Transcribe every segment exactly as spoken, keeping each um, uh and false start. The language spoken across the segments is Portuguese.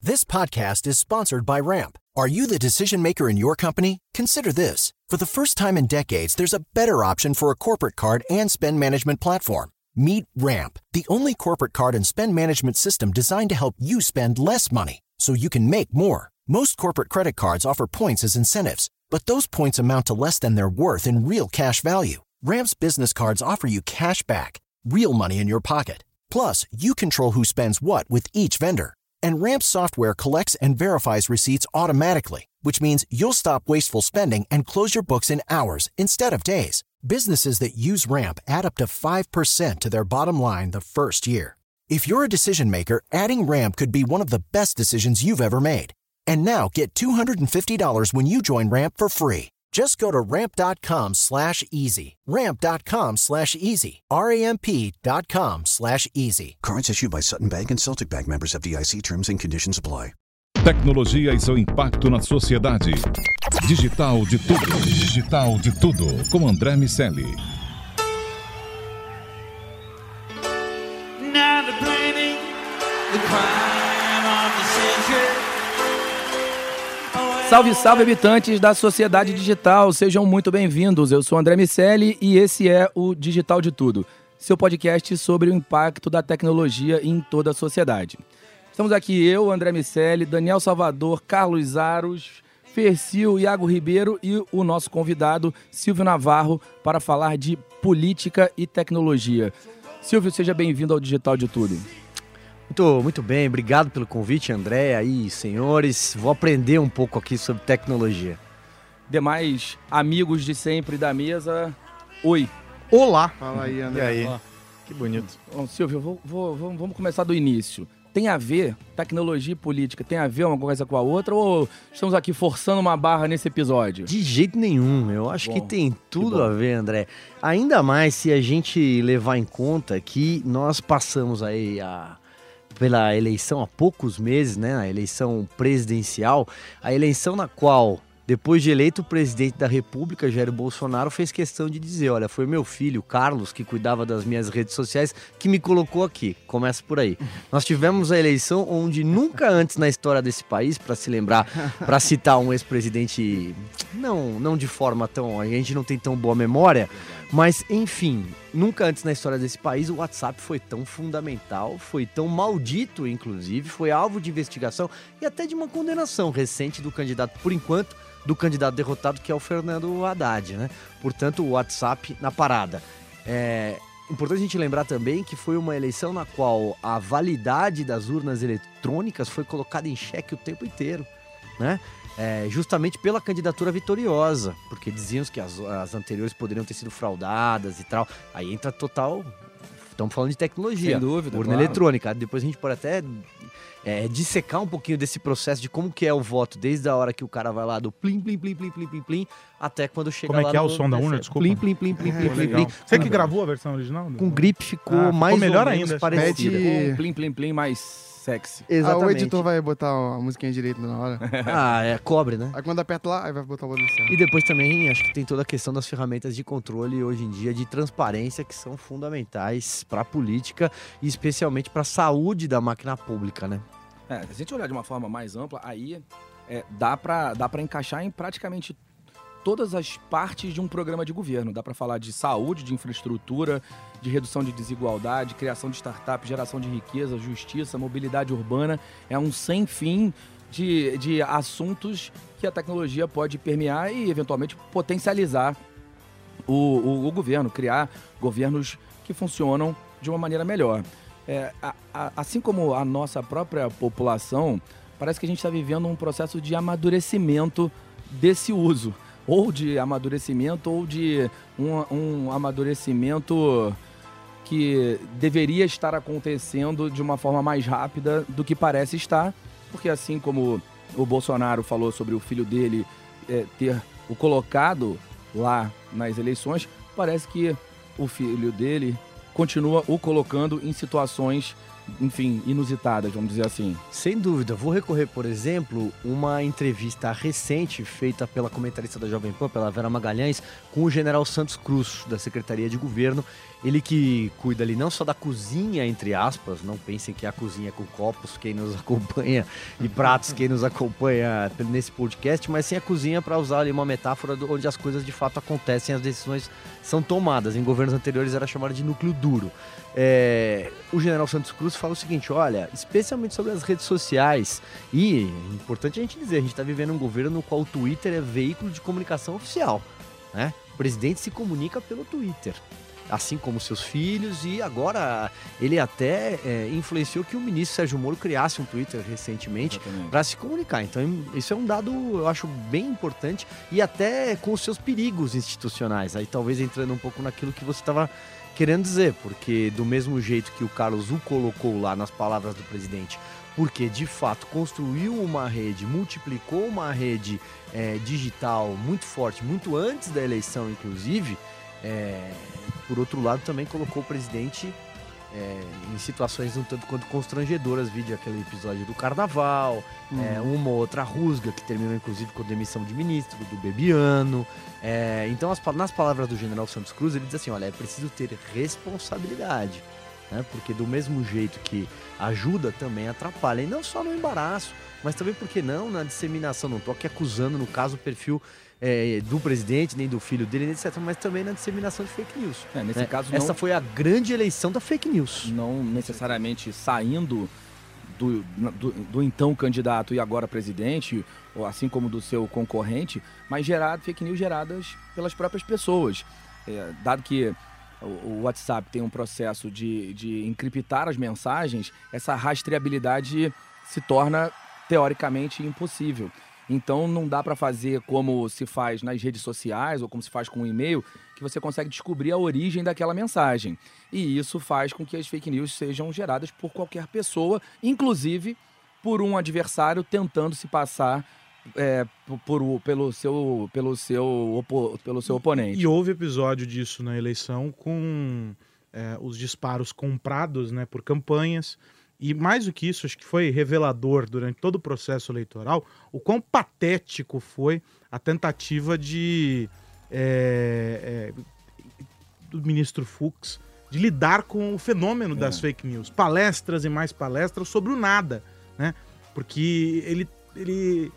This podcast is sponsored by Ramp. Are you the decision maker in your company? Consider this. For the first time in decades, there's a better option for a corporate card and spend management platform. Meet Ramp, the only corporate card and spend management system designed to help you spend less money so you can make more. Most corporate credit cards offer points as incentives, but those points amount to less than their worth in real cash value. Ramp's business cards offer you cash back, real money in your pocket. Plus, you control who spends what with each vendor. And Ramp's software collects and verifies receipts automatically, which means you'll stop wasteful spending and close your books in hours instead of days. Businesses that use Ramp add up to five percent to their bottom line the first year. If you're a decision maker, adding Ramp could be one of the best decisions you've ever made. And now get two hundred fifty dollars when you join Ramp for free. Just go to ramp.com slash easy. Ramp.com slash easy. R-A-M-P.com slash easy. Cards issued by Sutton Bank and Celtic Bank, members F D I C. Terms and conditions apply. Tecnologia e seu impacto na sociedade. Digital de tudo. Digital de tudo. Com André Miceli. Now they're planning the crime of the century. Salve, salve, habitantes da sociedade digital, sejam muito bem-vindos. Eu sou André Miceli e esse é o Digital de Tudo, seu podcast sobre o impacto da tecnologia em toda a sociedade. Estamos aqui eu, André Miceli, Daniel Salvador, Carlos Aros, Fercil, Iago Ribeiro e o nosso convidado Silvio Navarro para falar de política e tecnologia. Silvio, seja bem-vindo ao Digital de Tudo. Muito, muito bem, obrigado pelo convite, André, aí, senhores. Vou aprender um pouco aqui sobre tecnologia. Demais amigos de sempre da mesa, oi. Olá. Fala aí, André. E aí? Ó. Que bonito. Bom, Silvio, vou, vou, vou, vamos começar do início. Tem a ver, tecnologia e política, tem a ver uma coisa com a outra ou estamos aqui forçando uma barra nesse episódio? De jeito nenhum, eu acho Bom, que tem tudo que a ver, André. Ainda mais se a gente levar em conta que nós passamos aí a... pela eleição há poucos meses, né, a eleição presidencial, a eleição na qual, depois de eleito o presidente da República, Jair Bolsonaro, fez questão de dizer, olha, foi meu filho, Carlos, que cuidava das minhas redes sociais, que me colocou aqui. Começa por aí. Nós tivemos a eleição onde nunca antes na história desse país, para se lembrar, para citar um ex-presidente, não, não de forma tão, a gente não tem tão boa memória, mas, enfim, nunca antes na história desse país o WhatsApp foi tão fundamental, foi tão maldito, inclusive, foi alvo de investigação e até de uma condenação recente do candidato, por enquanto, do candidato derrotado, que é o Fernando Haddad, né? Portanto, o WhatsApp na parada. É importante a gente lembrar também que foi uma eleição na qual a validade das urnas eletrônicas foi colocada em xeque o tempo inteiro, né? É, justamente pela candidatura vitoriosa, porque diziam que as, as anteriores poderiam ter sido fraudadas e tal. Aí entra total... Estamos falando de tecnologia. Sem dúvida, urna claro. eletrônica. Depois a gente pode até é, dissecar um pouquinho desse processo de como que é o voto, desde a hora que o cara vai lá do plim, plim, plim, plim, plim, plim, plim, até quando chega Como lá é que é no... o som da urna? Desculpa. Plim, plim, plim, plim, plim, É, plim, legal. plim. Você que gravou a versão original? Com gripe ficou Ah, ficou mais melhor ou menos ainda. parecido. Pede- Com plim, plim, plim mais sexy. Exatamente. Ah, o editor vai botar a musiquinha direito na hora. Ah, é cobre, né? Aí quando aperta lá, aí vai botar o outro certo. E depois também acho que tem toda a questão das ferramentas de controle hoje em dia, de transparência, que são fundamentais para a política e especialmente para a saúde da máquina pública, né? É, se a gente olhar de uma forma mais ampla, aí é, dá para dá para encaixar em praticamente todas as partes de um programa de governo. Dá para falar de saúde, de infraestrutura, de redução de desigualdade, criação de startups, geração de riqueza, justiça, mobilidade urbana. É um sem fim de, de assuntos que a tecnologia pode permear e, eventualmente, potencializar o, o, o governo, criar governos que funcionam de uma maneira melhor. É, a, a, assim como a nossa própria população, parece que a gente está vivendo um processo de amadurecimento desse uso. Ou de amadurecimento, ou de um, um amadurecimento que deveria estar acontecendo de uma forma mais rápida do que parece estar, porque assim como o Bolsonaro falou sobre o filho dele é, ter o colocado lá nas eleições, parece que o filho dele continua o colocando em situações enfim, inusitadas, vamos dizer assim. Sem dúvida. Vou recorrer, por exemplo, uma entrevista recente feita pela comentarista da Jovem Pan, pela Vera Magalhães, com o general Santos Cruz, da Secretaria de Governo. Ele que cuida ali não só da cozinha, entre aspas, não pensem que é a cozinha com copos, quem nos acompanha, e pratos, quem nos acompanha nesse podcast, mas sim a cozinha, para usar ali uma metáfora do, onde as coisas de fato acontecem, as decisões são tomadas. Em governos anteriores era chamado de núcleo duro. É, o general Santos Cruz fala o seguinte: olha, especialmente sobre as redes sociais, e é importante a gente dizer, a gente está vivendo um governo no qual o Twitter é veículo de comunicação oficial, né? O presidente se comunica pelo Twitter, assim como seus filhos, e agora ele até é, influenciou que o ministro Sérgio Moro criasse um Twitter recentemente para se comunicar. Então isso é um dado, eu acho, bem importante, e até com os seus perigos institucionais. Aí talvez entrando um pouco naquilo que você estava querendo dizer, porque do mesmo jeito que o Carlos o colocou lá nas palavras do presidente, porque de fato construiu uma rede, multiplicou uma rede é, digital muito forte, muito antes da eleição inclusive, é, por outro lado também colocou o presidente é, em situações um tanto quanto constrangedoras, vídeo aquele episódio do Carnaval, uhum. é, uma ou outra rusga que terminou inclusive com a demissão de ministro, do Bebiano. É, então as, nas palavras do general Santos Cruz ele diz assim: olha, é preciso ter responsabilidade, né? Porque do mesmo jeito que ajuda, também atrapalha, e não só no embaraço, mas também, por que não, na disseminação. Não estou aqui acusando, no caso, o perfil é, do presidente, nem do filho dele, etcétera, mas também na disseminação de fake news. É, nesse né? caso, Essa não, foi a grande eleição da fake news. Não necessariamente saindo do, do, do então candidato e agora presidente, ou assim como do seu concorrente, mas gerar fake news geradas pelas próprias pessoas. É, dado que o WhatsApp tem um processo de, de encriptar as mensagens, essa rastreabilidade se torna teoricamente impossível. Então não dá para fazer como se faz nas redes sociais ou como se faz com um e-mail, que você consegue descobrir a origem daquela mensagem. E isso faz com que as fake news sejam geradas por qualquer pessoa, inclusive por um adversário tentando se passar É, por, por, pelo, seu, pelo, seu opo, pelo seu oponente. E, e houve episódio disso na eleição com é, os disparos comprados, né, por campanhas. E mais do que isso, acho que foi revelador durante todo o processo eleitoral o quão patético foi a tentativa de é, é, do ministro Fux de lidar com o fenômeno é. das fake news. Palestras e mais palestras sobre o nada, né? Porque ele... ele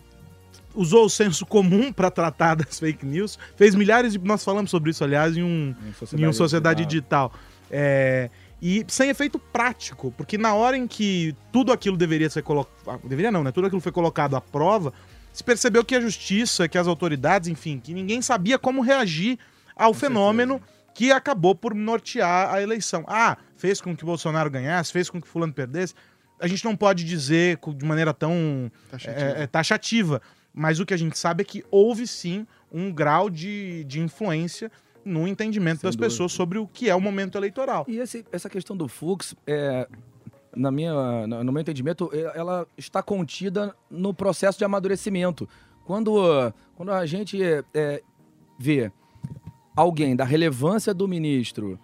usou o senso comum para tratar das fake news, fez milhares de... Nós falamos sobre isso, aliás, em um em Sociedade, em um sociedade Digital. digital. É, e sem efeito prático, porque na hora em que tudo aquilo deveria ser colocado... Deveria não, né? Tudo aquilo foi colocado à prova, se percebeu que a justiça, que as autoridades, enfim, que ninguém sabia como reagir ao com fenômeno certeza. Que acabou por nortear a eleição. Ah, fez com que o Bolsonaro ganhasse, fez com que fulano perdesse. A gente não pode dizer de maneira tão taxativa. É, é, taxativa. Mas o que a gente sabe é que houve sim um grau de, de influência no entendimento Sem das dúvida. pessoas sobre o que é o momento eleitoral. E esse, essa questão do Fux, é, na minha, no meu entendimento, ela está contida no processo de amadurecimento. Quando, quando a gente é, vê alguém da relevância do ministro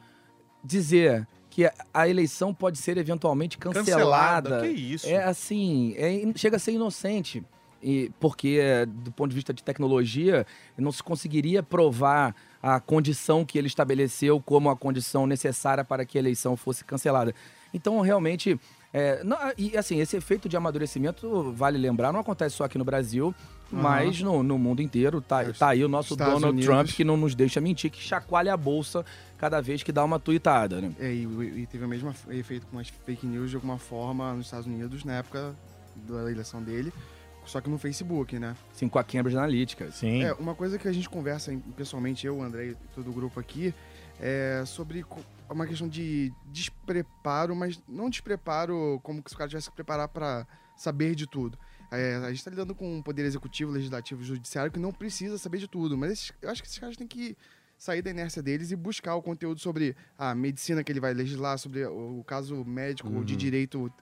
dizer que a eleição pode ser eventualmente cancelada, cancelada. Que isso? É assim, é, chega a ser inocente. E porque, do ponto de vista de tecnologia, não se conseguiria provar a condição que ele estabeleceu como a condição necessária para que a eleição fosse cancelada. Então, realmente, é, não, e assim, esse efeito de amadurecimento, vale lembrar, não acontece só aqui no Brasil, uhum. mas no, no mundo inteiro. Tá, tá aí o nosso Estados Donald Unidos. Trump, que não nos deixa mentir, que chacoalha a bolsa cada vez que dá uma tuitada, né? É, e, e teve o mesmo efeito com as fake news, de alguma forma, nos Estados Unidos, na época da eleição dele. Só que no Facebook, né? Sim, com a Cambridge Analytica. Sim. É, uma coisa que a gente conversa pessoalmente, eu, o André e todo o grupo aqui, é sobre uma questão de despreparo, mas não despreparo como que os caras tivessem que preparar para saber de tudo. É, a gente está lidando com um poder executivo, legislativo, judiciário que não precisa saber de tudo, mas esses, eu acho que esses caras têm que sair da inércia deles e buscar o conteúdo sobre a medicina que ele vai legislar, sobre o, o caso médico ou uhum. de direito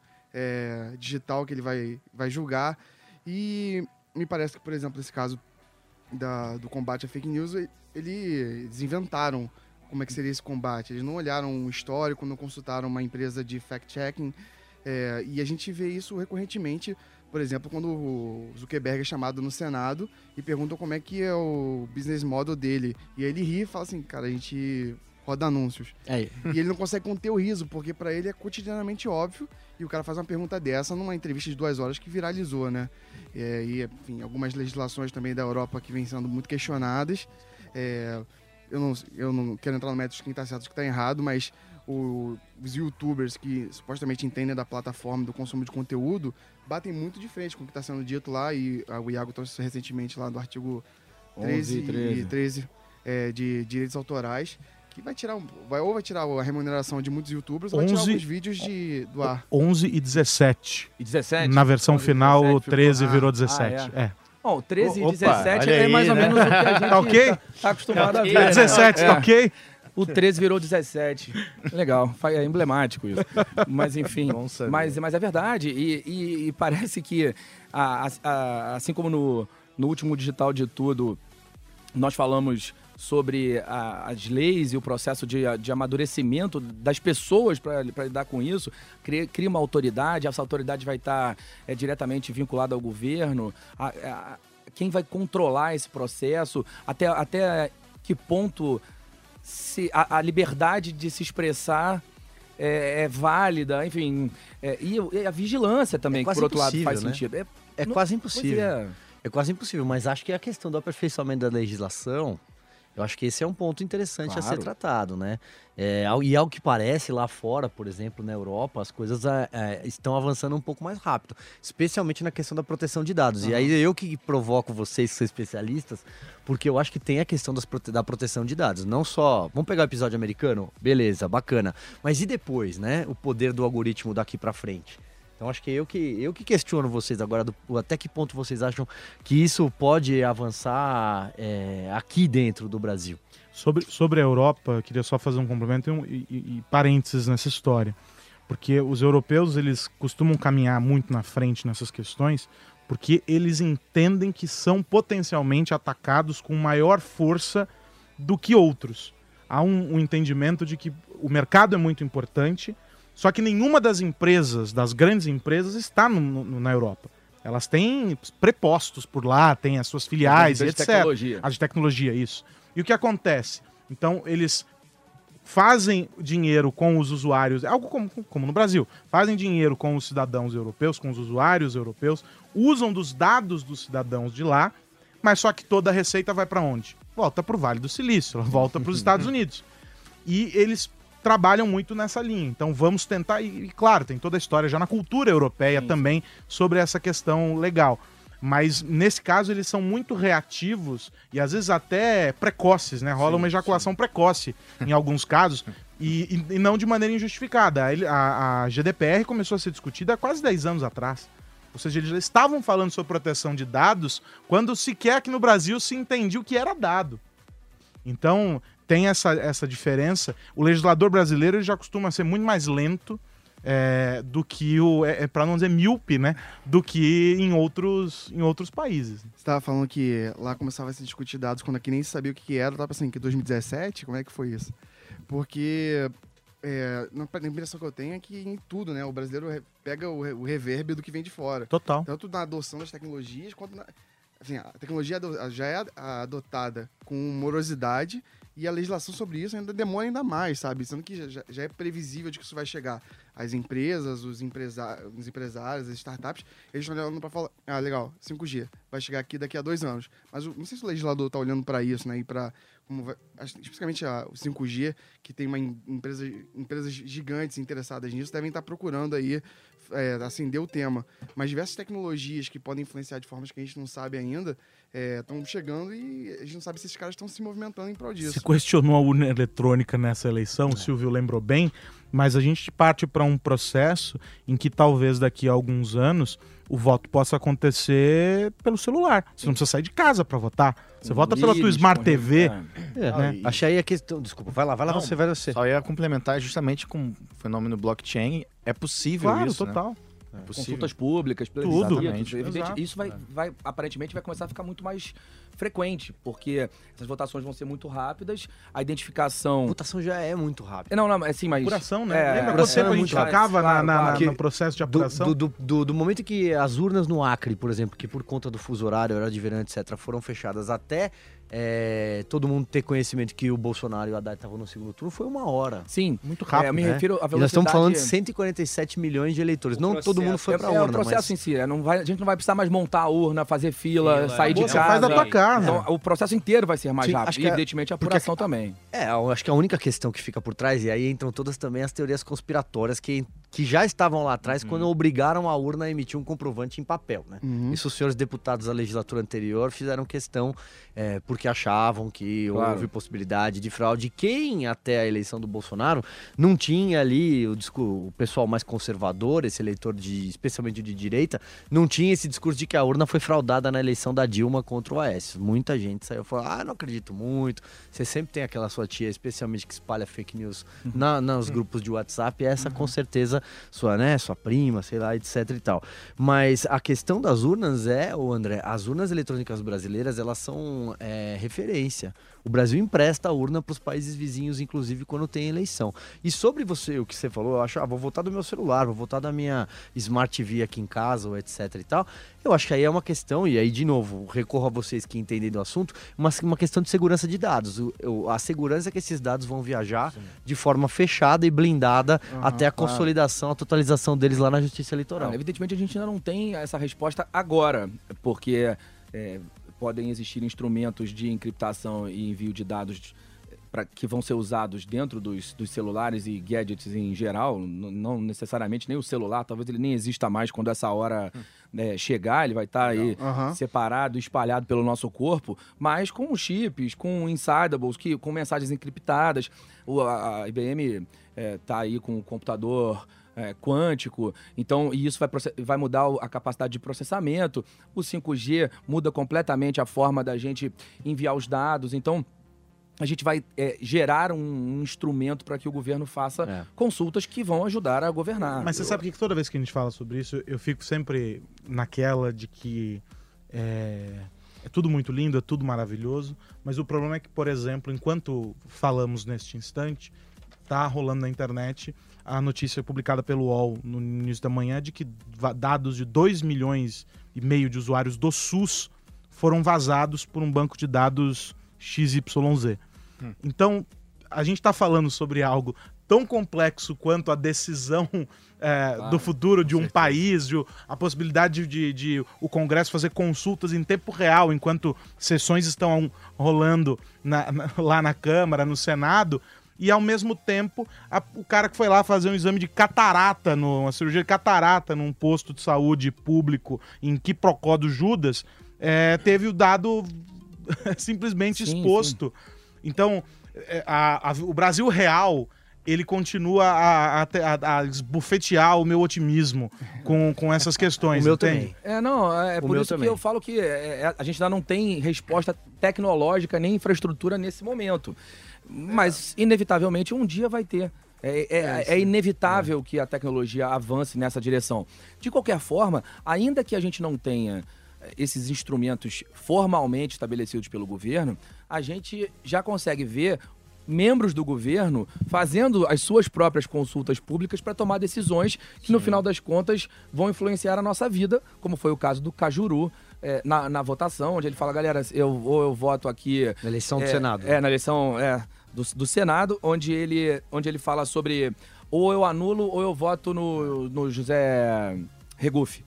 é, digital que ele vai, vai julgar. E me parece que, por exemplo, esse caso da, do combate à fake news, ele, eles inventaram como é que seria esse combate. Eles não olharam o histórico, não consultaram uma empresa de fact-checking. É, e a gente vê isso recorrentemente, por exemplo, quando o Zuckerberg é chamado no Senado e perguntam como é que é o business model dele. E ele ri e fala assim, cara, a gente roda anúncios. É. E ele não consegue conter o riso, porque para ele é cotidianamente óbvio. E o cara faz uma pergunta dessa numa entrevista de duas horas que viralizou, né? É, e, enfim, algumas legislações também da Europa que vêm sendo muito questionadas. É, eu, não, eu não quero entrar no método de quem está certo e quem está errado, mas o, os youtubers que supostamente entendem da plataforma, do consumo de conteúdo, batem muito de frente com o que está sendo dito lá. E a, o Iago trouxe recentemente lá do artigo treze e treze é, de direitos autorais, que vai tirar, vai, ou vai tirar a remuneração de muitos youtubers, ou vai tirar alguns vídeos de, do ar. onze e dezessete. E dezessete? Na versão onze, final, dezessete, o treze ficou... virou ah, dezessete. Ah, é. é. Bom, treze Opa, e dezessete olha é aí, mais ou né? menos o que a gente Tá ok? tá, tá acostumado Tá a ok. ver. É né? dezessete, É. tá ok? O treze virou dezessete. Legal, é emblemático isso. Mas enfim, mas, mas é verdade. E, e, e parece que, a, a, a, assim como no, no último Digital de Tudo, nós falamos sobre a, as leis e o processo de, de amadurecimento das pessoas para lidar com isso, cria, cria uma autoridade, essa autoridade vai estar é, diretamente vinculada ao governo, a, a, quem vai controlar esse processo, até, até que ponto se, a, a liberdade de se expressar é, é válida, enfim, é, e, e a vigilância também, É que por outro lado impossível, faz né? sentido. É, É não- quase pois impossível. é. É quase impossível, mas acho que a questão do aperfeiçoamento da legislação, eu acho que esse é um ponto interessante a ser Claro. tratado, né? É, ao- e ao que parece, lá fora, por exemplo, na Europa, as coisas é, é, estão avançando um pouco mais rápido, especialmente na questão da proteção de dados. E aí eu que provoco vocês, que são especialistas, porque eu acho que tem a questão das prote- da proteção de dados. Não só, vamos pegar o episódio americano? Beleza, bacana. Mas e depois, né? O poder do algoritmo daqui pra frente? Então acho que eu que, eu que questiono vocês agora, do, até que ponto vocês acham que isso pode avançar é, aqui dentro do Brasil? Sobre, sobre a Europa, eu queria só fazer um complemento e, um, e, e parênteses nessa história. Porque os europeus, eles costumam caminhar muito na frente nessas questões, porque eles entendem que são potencialmente atacados com maior força do que outros. Há um, um entendimento de que o mercado é muito importante, só que nenhuma das empresas, das grandes empresas, está no, no, na Europa. Elas têm prepostos por lá, têm as suas filiais, As de etcétera. tecnologia. As de tecnologia, isso. E o que acontece? Então, eles fazem dinheiro com os usuários, algo como, como no Brasil, fazem dinheiro com os cidadãos europeus, com os usuários europeus, usam dos dados dos cidadãos de lá, mas só que toda a receita vai para onde? Volta para o Vale do Silício, ela volta para os Estados Unidos. E eles trabalham muito nessa linha. Então vamos tentar, e, e claro, tem toda a história já na cultura europeia também sobre essa questão legal. Mas nesse caso eles são muito reativos e às vezes até precoces, né? Rola Sim, uma ejaculação precoce em alguns casos e, e- e não de maneira injustificada. A, a- a G D P R começou a ser discutida há quase dez anos atrás. Ou seja, eles já estavam falando sobre proteção de dados quando sequer aqui no Brasil se entendia o que era dado. Então, tem essa, essa diferença. O legislador brasileiro ele já costuma ser muito mais lento é, do que o, é, é, para não dizer míope, né? Do que em outros, em outros países. Você estava falando que lá começava a se discutir dados quando aqui nem sabia o que que era. Eu tava pensando que dois mil e dezessete, como é que foi isso? Porque é, a impressão que eu tenho é que em tudo, né? O brasileiro re- pega o, re- o reverb do que vem de fora. Total. Tanto na adoção das tecnologias, quanto na... Assim, a tecnologia ado- já é adotada com morosidade e a legislação sobre isso ainda demora ainda mais, sabe? Sendo que já, já é previsível de que isso vai chegar. As empresas, os, empresa os empresários, as startups, eles estão olhando para falar, ah, legal, cinco G, vai chegar aqui daqui a dois anos. Mas o- não sei se o legislador está olhando para isso, né? E para, especificamente a, o cinco G, que tem uma em- empresa, empresas gigantes interessadas nisso, devem estar procurando aí é, acender o tema. Mas diversas tecnologias que podem influenciar de formas que a gente não sabe ainda estão chegando e a gente não sabe se esses caras estão se movimentando em prol disso. Se questionou a urna eletrônica nessa eleição, o Silvio lembrou bem, mas a gente parte para um processo em que talvez daqui a alguns anos o voto possa acontecer pelo celular. Você não precisa sair de casa para votar. Você vota pela tua Íris, Smart com- T V. é. É, né? e- Achei aí a questão. Desculpa, vai lá, vai lá Não, você, vai você. Só ia complementar justamente com o fenômeno blockchain. É possível Claro, isso, né? total. É consultas públicas, Tudo. plebiscitos, evidente, Exato. isso vai, vai, aparentemente vai começar a ficar muito mais frequente, porque essas votações vão ser muito rápidas, a identificação... A votação já é muito rápida. Não, não, assim, mas... Apuração, né? É, Lembra quanto apuração tempo é a gente muito rápido. ficava Claro, na, na- claro. na- no processo de Do, apuração? do, do, do, do momento que as urnas no Acre, por exemplo, que por conta do fuso horário, horário de verão, etcétera, foram fechadas até é, todo mundo ter conhecimento que o Bolsonaro e o Haddad estavam no segundo turno, foi uma hora. Sim. Muito rápido, É, eu me né? refiro à E velocidade... nós estamos falando de cento e quarenta e sete milhões de eleitores. Não todo mundo foi É, pra é urna, o processo mas... em si, né? Não vai, a gente não vai precisar mais montar a urna, fazer fila, Fila, sair de Você casa. faz da tua casa. Então, o processo inteiro vai ser mais Sim, rápido. acho E, que é- evidentemente, a porque- apuração também. É, eu acho que a única questão que fica por trás, e aí entram todas também as teorias conspiratórias que, que já estavam lá atrás quando obrigaram a urna a emitir um comprovante em papel, né? Uhum. Isso os senhores deputados da legislatura anterior fizeram questão é, porque achavam que Claro. houve possibilidade de fraude. Quem até a eleição do Bolsonaro não tinha ali o, discu- o pessoal mais conservador, esse eleitor de, especialmente de direita, não tinha esse discurso de que a urna foi fraudada na eleição da Dilma contra o Aécio. Muita gente saiu falando, ah, não acredito muito. Você sempre tem aquela sua tia, especialmente que espalha fake news na, nos grupos de WhatsApp, essa com certeza sua, né, sua prima, sei lá, etc e tal. Mas a questão das urnas é, ô André, as urnas eletrônicas brasileiras, elas são é, referência. O Brasil empresta a urna para os países vizinhos, inclusive quando tem eleição. E sobre você, o que você falou, eu acho, ah, vou votar do meu celular, vou votar da minha Smart T V aqui em casa, ou etc e tal. Eu acho que aí é uma questão, e aí, de novo, recorro a vocês que entendem do assunto, uma, uma questão de segurança de dados. O, o- a segurança é que esses dados vão viajar de forma fechada e blindada até a claro. consolidação, a totalização deles lá na Justiça Eleitoral. Não, evidentemente, a gente ainda não tem essa resposta agora, porque é, podem existir instrumentos de encriptação e envio de dados pra, que vão ser usados dentro dos, dos celulares e gadgets em geral, n- não necessariamente nem o celular, talvez ele nem exista mais quando essa hora né, chegar, ele vai estar aí Aham. separado, espalhado pelo nosso corpo, mas com chips, com insidables, que, com mensagens encriptadas. O, a, a I B M está aí com o computador é, quântico, então e isso vai, proce- vai mudar o- a capacidade de processamento. O cinco G muda completamente a forma da gente enviar os dados, então a gente vai é, gerar um, um instrumento para que o governo faça É. consultas que vão ajudar a governar. Mas você Eu- sabe que toda vez que a gente fala sobre isso, eu fico sempre naquela de que é, é tudo muito lindo, é tudo maravilhoso, mas o problema é que, por exemplo, enquanto falamos neste instante, tá rolando na internet a notícia publicada pelo U O L no início da manhã de que va- dados de dois milhões e meio de usuários do SUS foram vazados por um banco de dados X Y Z. Então, a gente está falando sobre algo tão complexo quanto a decisão é, Claro, do futuro de com um certeza. país, de, a possibilidade de, de o Congresso fazer consultas em tempo real, enquanto sessões estão rolando na- na- lá na Câmara, no Senado, e ao mesmo tempo a- o cara que foi lá fazer um exame de catarata, no, uma cirurgia de catarata num posto de saúde público em Quiprocó do Judas, é, teve o dado simplesmente Sim, exposto. Então, é, a- a- o Brasil real, ele continua a, a, a- a esbufetear o meu otimismo com, com essas questões, O meu entende? também. É, não, é O por meu isso também. que eu falo que é, é, a gente ainda não tem resposta tecnológica nem infraestrutura nesse momento. Mas, inevitavelmente, um dia vai ter. É, é- é inevitável que a tecnologia avance nessa direção. De qualquer forma, ainda que a gente não tenha eh, esses instrumentos formalmente estabelecidos pelo governo, a gente já consegue ver membros do governo fazendo as suas próprias consultas públicas para tomar decisões que, no final das contas, vão influenciar a nossa vida, como foi o caso do Cajuru, eh, na, na votação, onde ele fala, galera, eu, ou eu voto aqui... Na eleição do é, Senado. É, na eleição é, do, do Senado, onde ele, onde ele fala sobre ou eu anulo ou eu voto no, no José Regufe.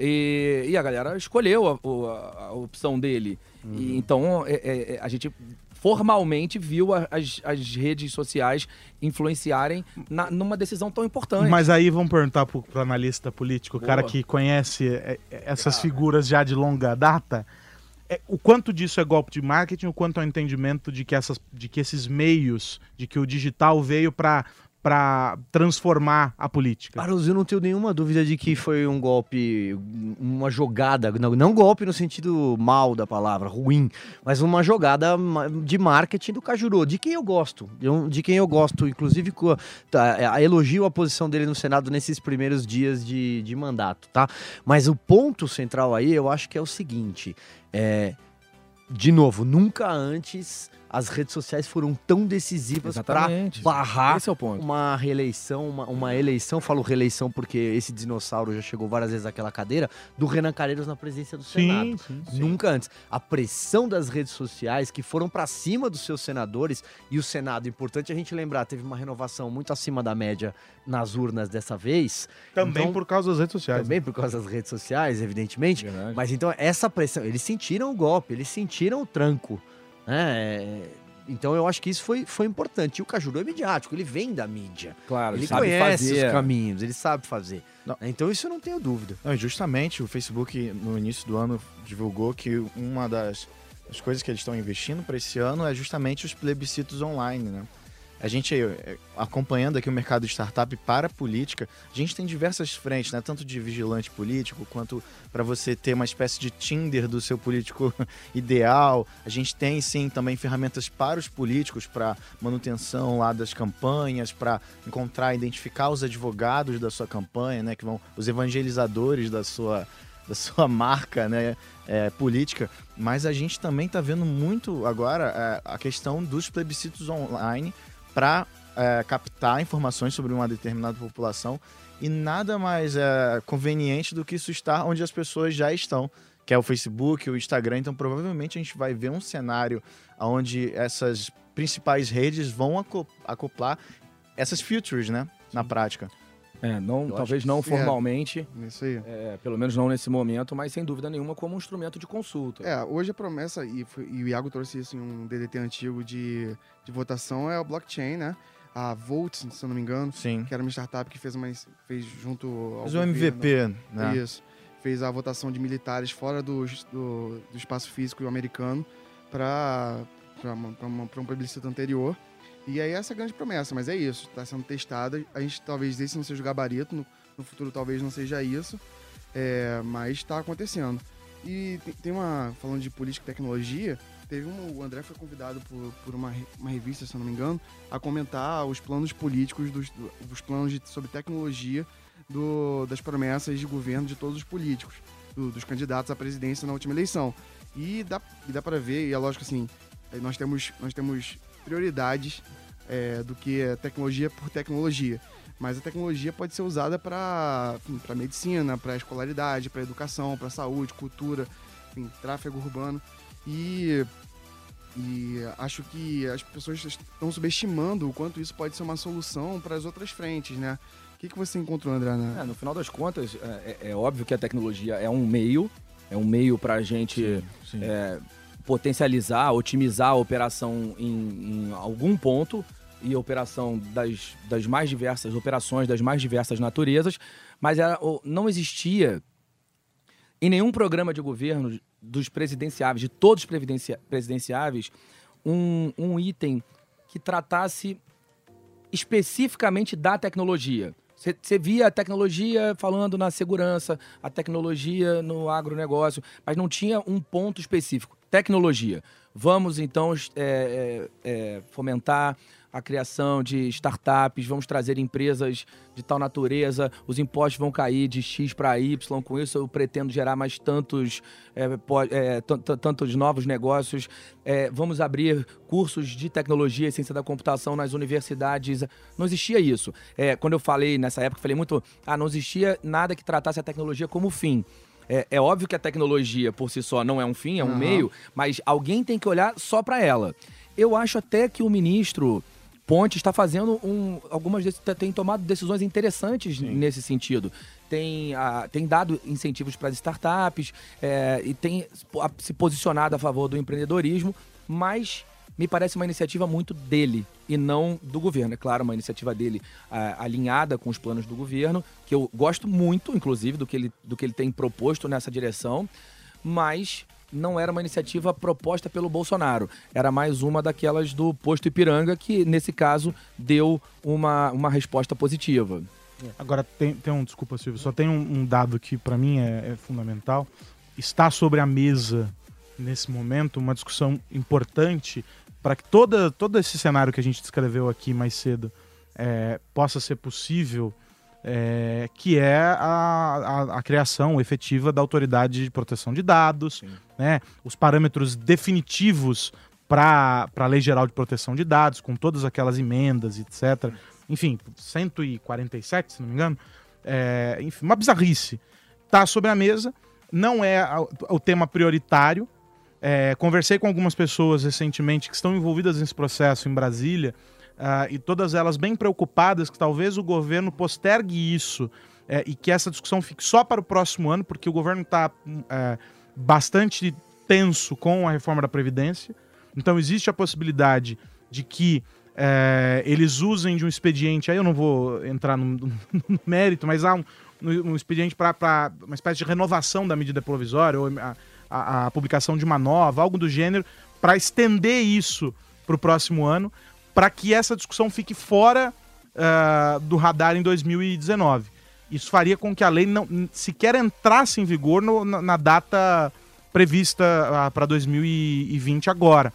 E, e a galera escolheu a, o- a- a opção dele. E, então, é- é- é, a gente formalmente viu a- as, as redes sociais influenciarem na- numa decisão tão importante. Mas aí vamos perguntar pro, pro analista político, o Boa. cara que conhece é, é, essas figuras já de longa data, é, o quanto disso é golpe de marketing, o quanto é o entendimento de que, essas, de que esses meios, de que o digital veio para para transformar a política? Carlos, eu não tenho nenhuma dúvida de que foi um golpe, uma jogada, não, não golpe no sentido mal da palavra, ruim, mas uma jogada de marketing do Cajuru, de quem eu gosto, de quem eu gosto, inclusive tá, elogio a posição dele no Senado nesses primeiros dias de, de mandato, tá? Mas o ponto central aí, eu acho que é o seguinte, é, de novo, nunca antes as redes sociais foram tão decisivas para barrar Esse é o ponto. uma reeleição, uma, uma eleição, falo reeleição porque esse dinossauro já chegou várias vezes naquela cadeira, do Renan Calheiros na presidência do Sim, Senado. sim, sim. Nunca antes. A pressão das redes sociais que foram para cima dos seus senadores, e o Senado, importante a gente lembrar, teve uma renovação muito acima da média nas urnas dessa vez. Também Então, por causa das redes sociais. também por causa das redes sociais, evidentemente. Verdade. Mas então essa pressão, eles sentiram o golpe, eles sentiram o tranco, né? Então eu acho que isso foi, foi importante. E o Cajuru é midiático, ele vem da mídia. Claro, Ele sabe conhece fazer. os caminhos, ele sabe fazer. Não. Então isso eu não tenho dúvida. Não, e justamente o Facebook no início do ano divulgou que uma das, das coisas que eles estão investindo para esse ano é justamente os plebiscitos online, né? A gente, acompanhando aqui o mercado de startup para a política, a gente tem diversas frentes, né? Tanto de vigilante político, quanto para você ter uma espécie de Tinder do seu político ideal. A gente tem, sim, também ferramentas para os políticos, para manutenção lá das campanhas, para encontrar, identificar os advogados da sua campanha, né? Que vão, os evangelizadores da sua, da sua marca, né? É, política. Mas a gente também está vendo muito agora é, a questão dos plebiscitos online, para é, captar informações sobre uma determinada população, e nada mais é, conveniente do que isso estar onde as pessoas já estão, que é o Facebook, o Instagram. Então provavelmente a gente vai ver um cenário onde essas principais redes vão aco- acoplar essas features, né, na prática. É, não, Eu talvez acho não sim, formalmente, É, isso aí. é, pelo menos não nesse momento, mas sem dúvida nenhuma como um instrumento de consulta. É, hoje a promessa, e, foi- e o Iago trouxe isso em um D D T antigo de, de votação, é o blockchain, né? A Volt, se eu não me engano, Sim. que era uma startup que fez, uma, fez junto ao Mas o M V P, né? Isso. Fez a votação de militares fora do, do, do espaço físico americano para um plebiscito anterior. E aí essa é a grande promessa, mas é isso, está sendo testada. A gente talvez esse não seja o gabarito, no, no futuro talvez não seja isso, é, mas está acontecendo. E tem, tem uma, falando de política e tecnologia, teve um, o André foi convidado por, por uma, re- uma revista, se eu não me engano, a comentar os planos políticos, dos, do- os planos de, sobre tecnologia do, das promessas de governo de todos os políticos, do- dos candidatos à presidência na última eleição. E dá, e dá para ver, e é lógico assim, eh, nós temos, nós temos prioridades é, do que é tecnologia por tecnologia. Mas a tecnologia pode ser usada para para medicina, para escolaridade, para educação, para saúde, cultura, enfim, tráfego urbano. E, e acho que as pessoas estão subestimando o quanto isso pode ser uma solução para as outras frentes, né? O que, que você encontrou, André? Né? É, no final das contas, é, é- é óbvio que a tecnologia é um meio, é um meio para a gente Sim. é, potencializar, otimizar a operação em, em algum ponto, e a operação das, das mais diversas, operações das mais diversas naturezas, mas ela, o- não existia em nenhum programa de governo dos presidenciáveis, de todos os previdencia- presidenciáveis, um, um item que tratasse especificamente da tecnologia. Você via a tecnologia falando na segurança, a tecnologia no agronegócio, mas não tinha um ponto específico. Tecnologia. Vamos, então, é, é, é, fomentar a criação de startups, vamos trazer empresas de tal natureza, os impostos vão cair de X para Y, com isso eu pretendo gerar mais tantos, é, po- é, t- t- tantos novos negócios, é, vamos abrir cursos de tecnologia e ciência da computação nas universidades. Não existia isso. É, quando eu falei, nessa época, falei muito, ah, não existia nada que tratasse a tecnologia como fim. É, é óbvio que a tecnologia por si só não é um fim, é um Uhum. meio, mas alguém tem que olhar só para ela. Eu acho até que o ministro Ponte está fazendo um, algumas dec- tem tomado decisões interessantes nesse sentido. Tem, ah, tem dado incentivos para as startups é, e tem a- se posicionado a favor do empreendedorismo, mas me parece uma iniciativa muito dele e não do governo. É claro, uma iniciativa dele ah, alinhada com os planos do governo, que eu gosto muito, inclusive, do que ele, do que ele tem proposto nessa direção, mas não era uma iniciativa proposta pelo Bolsonaro. Era mais uma daquelas do Posto Ipiranga, que, nesse caso, deu uma, uma resposta positiva. Agora, tem, tem um... Desculpa, Silvio. Só tem um, um dado que, para mim, é, é fundamental. Está sobre a mesa, nesse momento, uma discussão importante para que toda, todo esse cenário que a gente descreveu aqui mais cedo é, possa ser possível, é, que é a, a, a criação efetiva da Autoridade de Proteção de Dados, né, os parâmetros definitivos para a Lei Geral de Proteção de Dados, com todas aquelas emendas, etcétera. Enfim, cento e quarenta e sete, se não me engano. É, enfim, uma bizarrice. Está sobre a mesa, não é a, o tema prioritário. É, conversei com algumas pessoas recentemente que estão envolvidas nesse processo em Brasília, uh, e todas elas bem preocupadas que talvez o governo postergue isso é, e que essa discussão fique só para o próximo ano, porque o governo está é, bastante tenso com a reforma da Previdência. Então existe a possibilidade de que é, eles usem de um expediente, aí eu não vou entrar no, no mérito, mas há um, um expediente para uma espécie de renovação da medida provisória, ou a, A, a publicação de uma nova, algo do gênero, para estender isso para o próximo ano, para que essa discussão fique fora uh, do radar em dois mil e dezenove. Isso faria com que a lei não sequer entrasse em vigor no, na, na data prevista uh, para dois mil e vinte agora.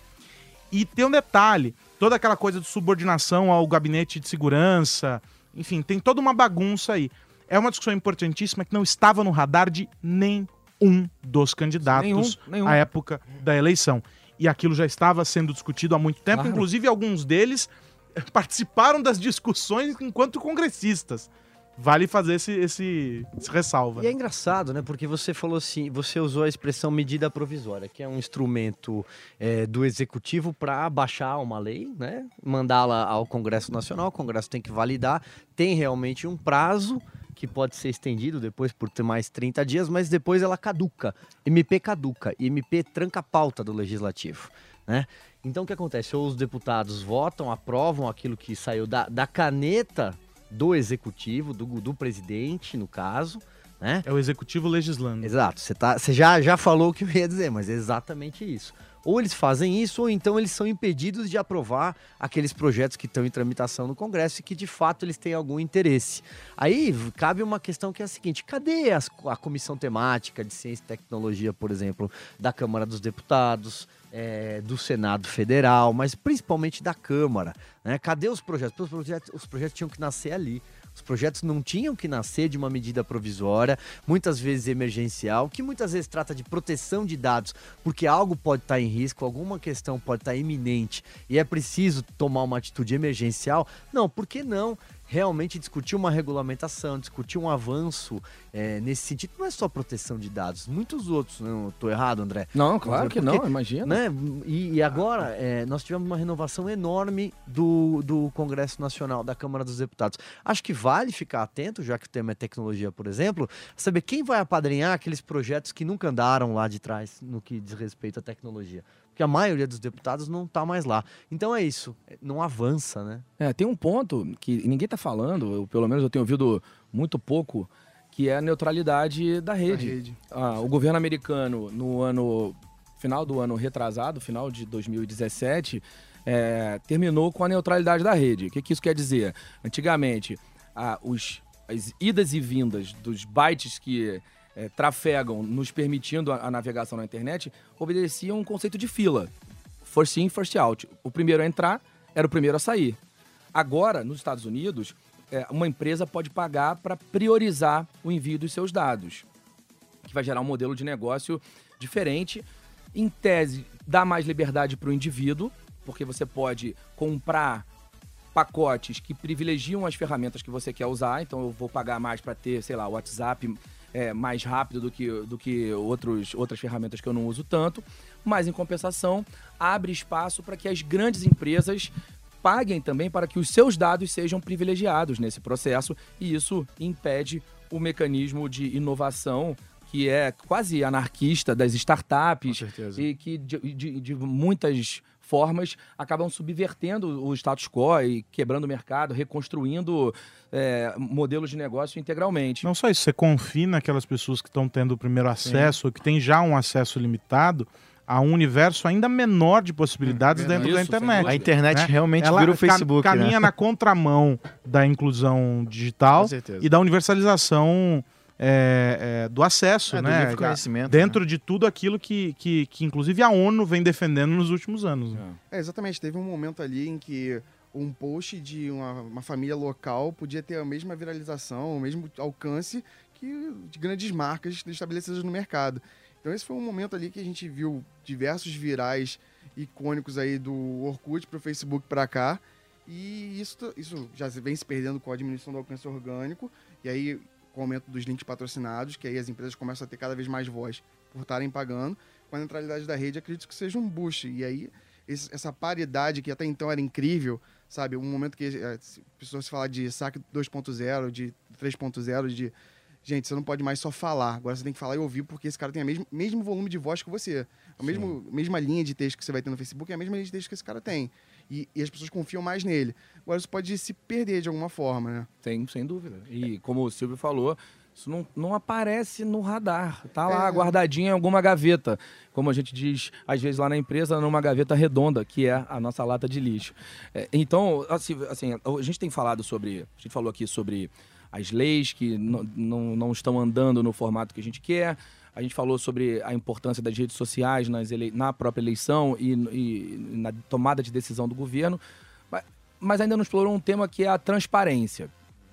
E tem um detalhe, toda aquela coisa de subordinação ao gabinete de segurança, enfim, tem toda uma bagunça aí. É uma discussão importantíssima que não estava no radar de nem um dos candidatos nenhum, nenhum. à época da eleição. E aquilo já estava sendo discutido há muito tempo, claro. Inclusive alguns deles participaram das discussões enquanto congressistas. Vale fazer esse, esse, esse ressalva. E é engraçado, né? Porque você falou assim, você usou a expressão medida provisória, que é um instrumento é, do executivo para baixar uma lei, né? Mandá-la ao Congresso Nacional, o Congresso tem que validar, tem realmente um prazo que pode ser estendido depois por ter mais trinta dias, mas depois ela caduca. M P caduca. E M P tranca a pauta do Legislativo, né? Então o que acontece? Ou os deputados votam, aprovam aquilo que saiu da, da caneta do Executivo, do, do presidente, no caso, né? É o Executivo legislando. Exato. Você tá, você já, já falou o que eu ia dizer, mas é exatamente isso. Ou eles fazem isso, ou então eles são impedidos de aprovar aqueles projetos que estão em tramitação no Congresso e que, de fato, eles têm algum interesse. Aí cabe uma questão que é a seguinte: cadê as, a comissão temática de ciência e tecnologia, por exemplo, da Câmara dos Deputados, é, do Senado Federal, mas principalmente da Câmara, né? Cadê os projetos? Os projetos, os projetos tinham que nascer ali. Os projetos não tinham que nascer de uma medida provisória, muitas vezes emergencial, que muitas vezes trata de proteção de dados, porque algo pode estar em risco, alguma questão pode estar iminente e é preciso tomar uma atitude emergencial. Não, por que não realmente discutir uma regulamentação, discutir um avanço é, nesse sentido? Não é só proteção de dados, muitos outros. Não estou errado, André? Não, claro porque, que não, imagina. Né? E, e agora é, nós tivemos uma renovação enorme do, do Congresso Nacional, da Câmara dos Deputados. Acho que vale ficar atento, já que o tema é tecnologia, por exemplo, saber quem vai apadrinhar aqueles projetos que nunca andaram lá de trás no que diz respeito à tecnologia. Porque a maioria dos deputados não está mais lá. Então é isso, não avança, né? É, tem um ponto que ninguém está falando, eu, pelo menos eu tenho ouvido muito pouco, que é a neutralidade da rede. Da rede. Ah, o governo americano, no ano final do ano retrasado, final de dois mil e dezessete, é, terminou com a neutralidade da rede. O que, que isso quer dizer? Antigamente, ah, os, as idas e vindas dos bytes que É, trafegam, nos permitindo a, a navegação na internet, obedeciam um conceito de fila. First in, first out. O primeiro a entrar era o primeiro a sair. Agora, nos Estados Unidos, é, uma empresa pode pagar para priorizar o envio dos seus dados, que vai gerar um modelo de negócio diferente. Em tese, dá mais liberdade para o indivíduo, porque você pode comprar pacotes que privilegiam as ferramentas que você quer usar. Então, eu vou pagar mais para ter, sei lá, o WhatsApp É, mais rápido do que, do que outros, outras ferramentas que eu não uso tanto, mas em compensação abre espaço para que as grandes empresas paguem também para que os seus dados sejam privilegiados nesse processo, e isso impede o mecanismo de inovação que é quase anarquista das startups Com certeza. e que de, de, de muitas formas acabam subvertendo o status quo e quebrando o mercado, reconstruindo é, modelos de negócio integralmente. Não só isso, você confina aquelas pessoas que estão tendo o primeiro acesso, ou que tem já um acesso limitado, a um universo ainda menor de possibilidades Hum, dentro isso, da internet. A internet né? realmente Ela vira o ca- Facebook, caminha né? na contramão da inclusão digital Com certeza. e da universalização é, é, do acesso, É, do né? livre conhecimento, Dentro de tudo aquilo que, que, que, inclusive, a ONU vem defendendo nos últimos anos. né? É, exatamente. Teve um momento ali em que um post de uma, uma família local podia ter a mesma viralização, o mesmo alcance que de grandes marcas estabelecidas no mercado. Então esse foi um momento ali que a gente viu diversos virais icônicos aí do Orkut para o Facebook para cá. E isso, isso já vem se perdendo com a diminuição do alcance orgânico. E aí, com o aumento dos links patrocinados, que aí as empresas começam a ter cada vez mais voz por estarem pagando. Com a neutralidade da rede, acredito que seja um boost. E aí, esse, essa paridade que até então era incrível, sabe? Um momento que é, pessoas se falar de saque dois ponto zero, de três ponto zero, de... Gente, você não pode mais só falar. Agora você tem que falar e ouvir, porque esse cara tem o mesmo, mesmo volume de voz que você. A mesmo, mesma linha de texto que você vai ter no Facebook é a mesma linha de texto que esse cara tem. E, e as pessoas confiam mais nele. Agora isso pode se perder de alguma forma, né? Sem, sem dúvida. E como o Silvio falou, isso não, não aparece no radar. Tá lá É. guardadinho em alguma gaveta. Como a gente diz, às vezes, lá na empresa, numa gaveta redonda, que é a nossa lata de lixo. É, então, assim, assim, a gente tem falado sobre... A gente falou aqui sobre as leis que não, não, não estão andando no formato que a gente quer. A gente falou sobre a importância das redes sociais nas ele... na própria eleição e, e na tomada de decisão do governo. Mas, mas ainda não explorou um tema que é a transparência.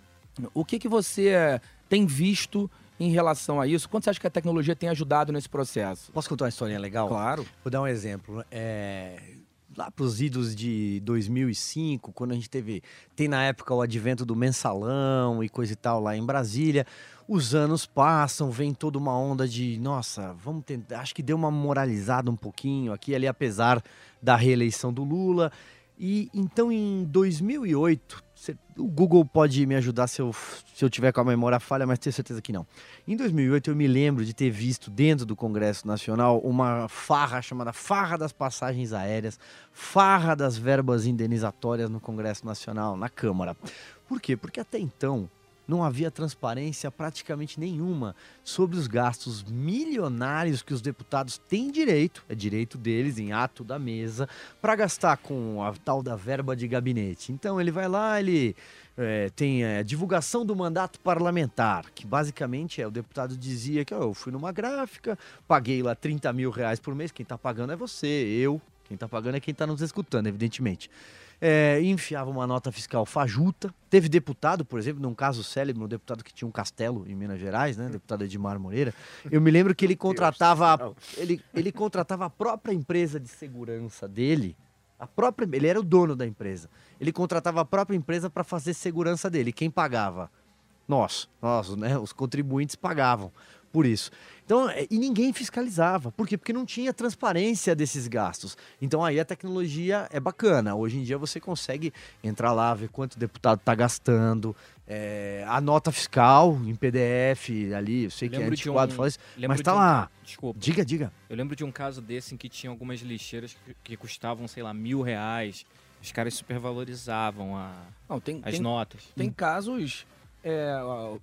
O que, que você tem visto em relação a isso? Quanto você acha que a tecnologia tem ajudado nesse processo? Posso contar uma historinha legal? Claro. Vou dar um exemplo. É... Lá para os idos de dois mil e cinco, quando a gente teve... Tem na época o advento do mensalão e coisa e tal lá em Brasília. Os anos passam, vem toda uma onda de... Nossa, vamos tentar... Acho que deu uma moralizada um pouquinho aqui ali, apesar da reeleição do Lula. E então em dois mil e oito... Cê, o Google pode me ajudar se eu, se eu tiver com a memória falha, mas tenho certeza que não. Em dois mil e oito eu me lembro de ter visto dentro do Congresso Nacional uma farra chamada Farra das Passagens Aéreas, Farra das Verbas Indenizatórias no Congresso Nacional, na Câmara. Por quê? Porque até então não havia transparência praticamente nenhuma sobre os gastos milionários que os deputados têm direito, é direito deles, em ato da mesa, para gastar com a tal da verba de gabinete. Então ele vai lá, ele é, tem a divulgação do mandato parlamentar, que basicamente é, o deputado dizia que oh, eu fui numa gráfica, paguei lá trinta mil reais por mês, quem está pagando é você, eu, quem está pagando é quem está nos escutando, evidentemente. É, enfiava uma nota fiscal fajuta. Teve deputado, por exemplo, num caso célebre, um deputado que tinha um castelo em Minas Gerais, né, deputado Edmar Moreira. Eu me lembro que ele contratava, ele, ele contratava a própria empresa de segurança dele. A própria, ele era o dono da empresa. Ele contratava a própria empresa para fazer segurança dele. Quem pagava? Nós, nós, né, os contribuintes pagavam por isso. Então, e ninguém fiscalizava. Por quê? Porque não tinha transparência desses gastos. Então aí a tecnologia é bacana. Hoje em dia você consegue entrar lá, ver quanto o deputado está gastando, é, a nota fiscal em P D F ali, eu sei que é antiquado um, falar isso, lembro mas tá de um, lá. Desculpa. Diga, diga. Eu lembro de um caso desse em que tinha algumas lixeiras que, que custavam, sei lá, mil reais. Os caras supervalorizavam a, Não, tem, as tem, notas. Tem casos, é,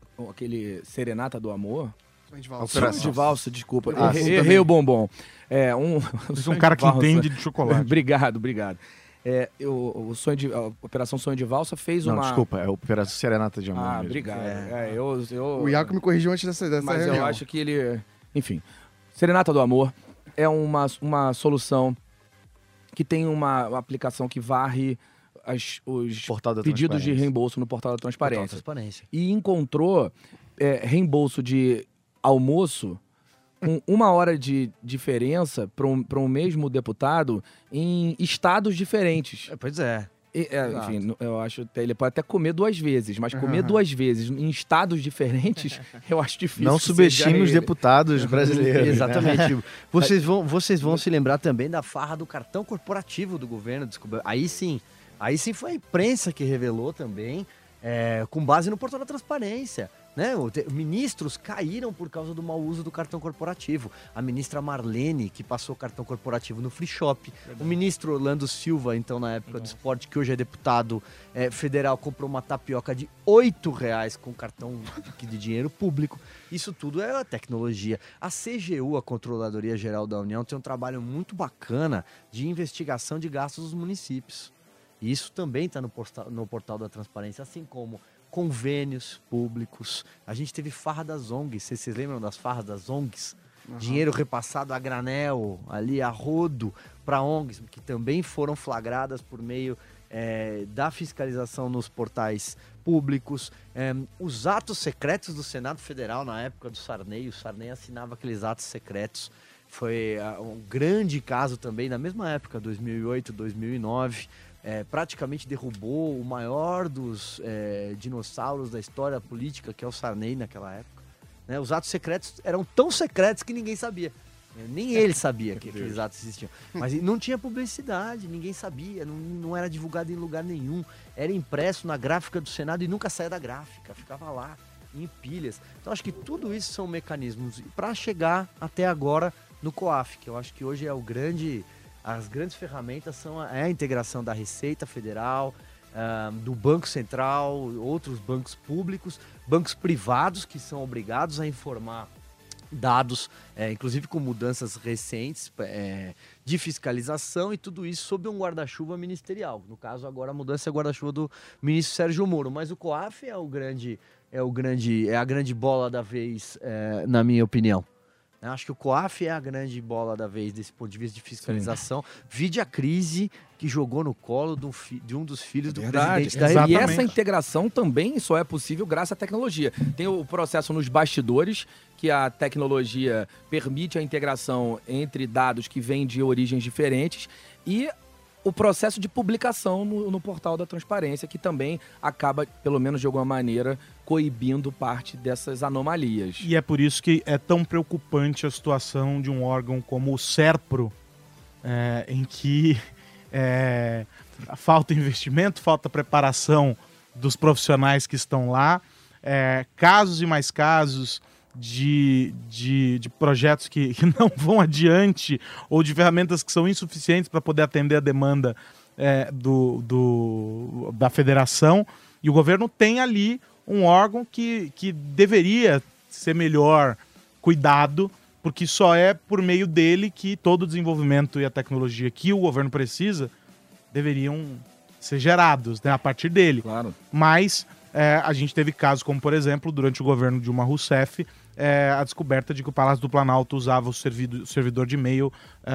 aquele Serenata do Amor... Sonho de valsa. Sonho de valsa, desculpa. Ah, errei, errei o bombom. É, um, Você é um cara que entende de chocolate. Obrigado, obrigado. É, eu, o sonho de, a Operação Sonho de Valsa fez Não, uma... desculpa, é a Operação Serenata de Amor Ah, mesmo. obrigado. É. É, eu, eu, O Iaco me corrigiu antes dessa, dessa Mas reunião. eu acho que ele... Enfim, Serenata do Amor é uma, uma solução que tem uma, uma aplicação que varre as, os Portal da pedidos de Transparência. reembolso no Portal da Transparência. Total transparência. E encontrou é, reembolso de almoço com uma hora de diferença para um, para um mesmo deputado em estados diferentes. É, pois é. E, é, Exato. enfim, eu acho que ele pode até comer duas vezes, mas comer Uhum. duas vezes em estados diferentes, eu acho difícil. Não que subestime seja os ele. deputados brasileiros. né? Exatamente. Vocês vão, vocês vão se lembrar também da farra do cartão corporativo do governo. Desculpa. Aí sim, aí sim foi a imprensa que revelou também, é, com base no portal da transparência. Né? O te- Ministros caíram por causa do mau uso do cartão corporativo. A ministra Marlene, que passou o cartão corporativo no free shop. O ministro Orlando Silva, então na época do esporte, que hoje é deputado eh, federal, comprou uma tapioca de oito reais com cartão de, de dinheiro público. Isso tudo é a tecnologia. A C G U, a Controladoria Geral da União, tem um trabalho muito bacana de investigação de gastos dos municípios. E isso também está no, no portal da transparência, assim como convênios públicos. A gente teve farra das O N Gs. Vocês se lembram das farras das O N Gs? Uhum. Dinheiro repassado a granel, ali a rodo, para O N Gs, que também foram flagradas por meio é, da fiscalização nos portais públicos. É, os atos secretos do Senado Federal, na época do Sarney, o Sarney assinava aqueles atos secretos. Foi uh, um grande caso também, na mesma época, dois mil e oito, dois mil e nove. É, praticamente derrubou o maior dos é, dinossauros da história política, que é o Sarney naquela época. Né? Os atos secretos eram tão secretos que ninguém sabia. Nem ele sabia que aqueles atos existiam. Mas não tinha publicidade, ninguém sabia, não, não era divulgado em lugar nenhum. Era impresso na gráfica do Senado e nunca saía da gráfica, ficava lá, em pilhas. Então acho que tudo isso são mecanismos para chegar até agora no COAF, que eu acho que hoje é o grande... As grandes ferramentas são a, é a integração da Receita Federal, uh, do Banco Central, outros bancos públicos, bancos privados que são obrigados a informar dados, é, inclusive com mudanças recentes é, de fiscalização, e tudo isso sob um guarda-chuva ministerial. No caso, agora a mudança é o guarda-chuva do ministro Sérgio Moro, mas o COAF é, o grande, é, o grande, é a grande bola da vez, é, na minha opinião. Acho que o COAF é a grande bola da vez desse ponto de vista de fiscalização. Sim. Vide a crise que jogou no colo de um, fi, de um dos filhos do Verdade, presidente da República. E essa integração também só é possível graças à tecnologia. Tem o processo nos bastidores, que a tecnologia permite a integração entre dados que vêm de origens diferentes, e o processo de publicação no, no portal da transparência, que também acaba, pelo menos de alguma maneira, coibindo parte dessas anomalias. E é por isso que é tão preocupante a situação de um órgão como o SERPRO, é, em que é, falta investimento, falta preparação dos profissionais que estão lá, é, casos e mais casos de, de, de projetos que, que não vão adiante, ou de ferramentas que são insuficientes para poder atender a demanda é, do, do, da federação, e o governo tem ali um órgão que, que deveria ser melhor cuidado, porque só é por meio dele que todo o desenvolvimento e a tecnologia que o governo precisa deveriam ser gerados, né, a partir dele. Claro. Mas é, a gente teve casos como, por exemplo, durante o governo Dilma Rousseff, é, a descoberta de que o Palácio do Planalto usava o servidor, servidor de e-mail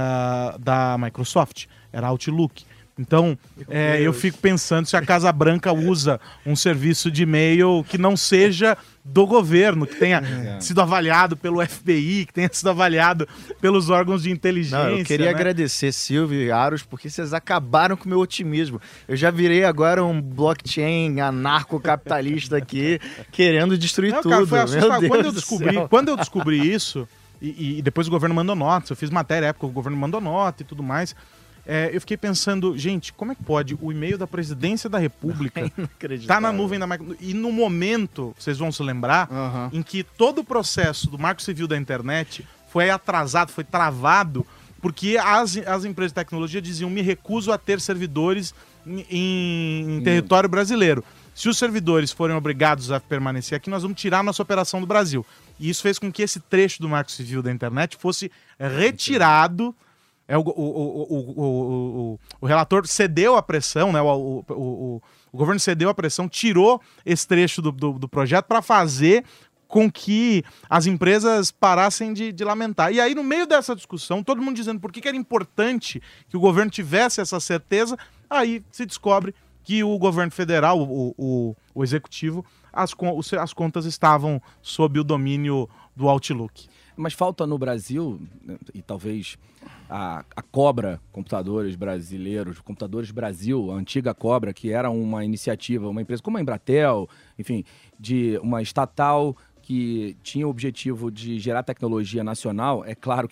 uh, da Microsoft, era Outlook. Então, é, eu fico pensando se a Casa Branca usa um serviço de e-mail que não seja do governo, que tenha é. sido avaliado pelo F B I, que tenha sido avaliado pelos órgãos de inteligência. Não, eu queria né? agradecer, Silvio e Aros, porque vocês acabaram com o meu otimismo. Eu já virei agora um blockchain anarcocapitalista aqui, querendo destruir não, tudo. Cara, foi assustador. Quando eu do descobri, céu. quando eu descobri isso, e, e depois o governo mandou notas, eu fiz matéria na época, o governo mandou nota e tudo mais. É, eu fiquei pensando, gente, como é que pode o e-mail da presidência da República tá na nuvem da Microsoft? E no momento, vocês vão se lembrar, uhum. em que todo o processo do Marco Civil da internet foi atrasado, foi travado, porque as, as empresas de tecnologia diziam, me recuso a ter servidores em, em, em território brasileiro. Se os servidores forem obrigados a permanecer aqui, nós vamos tirar a nossa operação do Brasil. E isso fez com que esse trecho do Marco Civil da internet fosse retirado. É, o, o, o, o, o, o relator cedeu à pressão, né? o, o, o, o governo cedeu à pressão, tirou esse trecho do, do, do projeto para fazer com que as empresas parassem de, de lamentar. E aí, no meio dessa discussão, todo mundo dizendo por que, que era importante que o governo tivesse essa certeza, aí se descobre que o governo federal, o, o, o executivo, as, as contas estavam sob o domínio do Outlook. Mas falta no Brasil, e talvez a, a Cobra Computadores Brasileiros, Computadores Brasil, a antiga Cobra, que era uma iniciativa, uma empresa como a Embratel, enfim, de uma estatal que tinha o objetivo de gerar tecnologia nacional. É claro que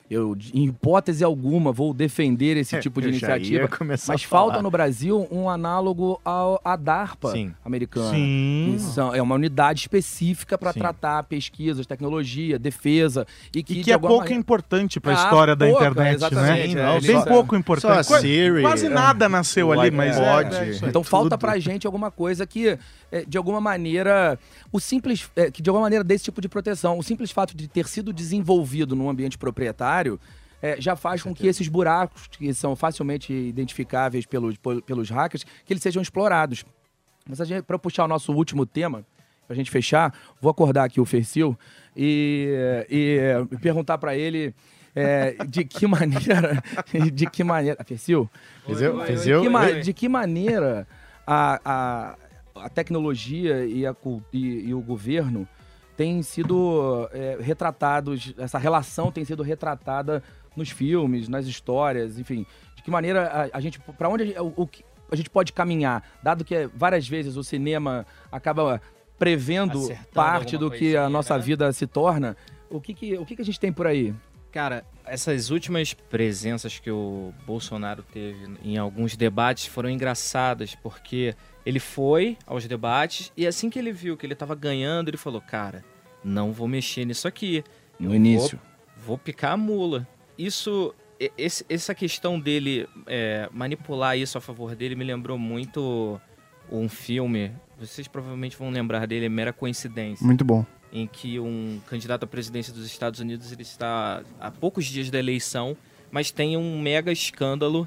Eu, em hipótese alguma, vou defender esse tipo de Eu já ia iniciativa. começar Mas a falar. falta no Brasil um análogo ao, à DARPA Sim. americana. Sim. Que são- é uma unidade específica para Sim. tratar pesquisas, tecnologia, defesa. E que, E de que é alguma pouco maneira- importante para a Ah, história da pouca, internet, exatamente, né? é, Não, eles bem são- pouco importante. Só a Qua- Siri, Quase é. nada nasceu O ali, mas é, iPod. é isso aí. Então falta tudo. pra gente alguma coisa que, é, de alguma maneira, o simples, é, que de alguma maneira dê esse tipo de proteção. O simples fato de ter sido desenvolvido num ambiente proprietário é, já faz com que esses buracos, que são facilmente identificáveis pelos, po- pelos hackers, que eles sejam explorados. Mas para puxar o nosso último tema, pra gente fechar, vou acordar aqui o Fercil e, e, e perguntar pra ele é, de que maneira, de que maneira, Fercil, Fizeu? de Fizeu? que, ma- de que maneira a, a, a tecnologia e, a, cul- e, e o governo têm sido é, retratados, essa relação tem sido retratada nos filmes, nas histórias, enfim. De que maneira a, a gente, para onde a gente, o, o que a gente pode caminhar, dado que várias vezes o cinema acaba prevendo Acertando parte do alguma que a coisinha, nossa né? vida se torna, o que, que, o que, que a gente tem por aí? Cara, essas últimas presenças que o Bolsonaro teve em alguns debates foram engraçadas, porque ele foi aos debates e assim que ele viu que ele estava ganhando, ele falou, cara, não vou mexer nisso aqui. No Eu início. Vou, vou picar a mula. Isso, e- esse- essa questão dele é, manipular isso a favor dele me lembrou muito um filme, vocês provavelmente vão lembrar dele, é Mera Coincidência. Muito bom. Em que um candidato à presidência dos Estados Unidos ele está há poucos dias da eleição, mas tem um mega escândalo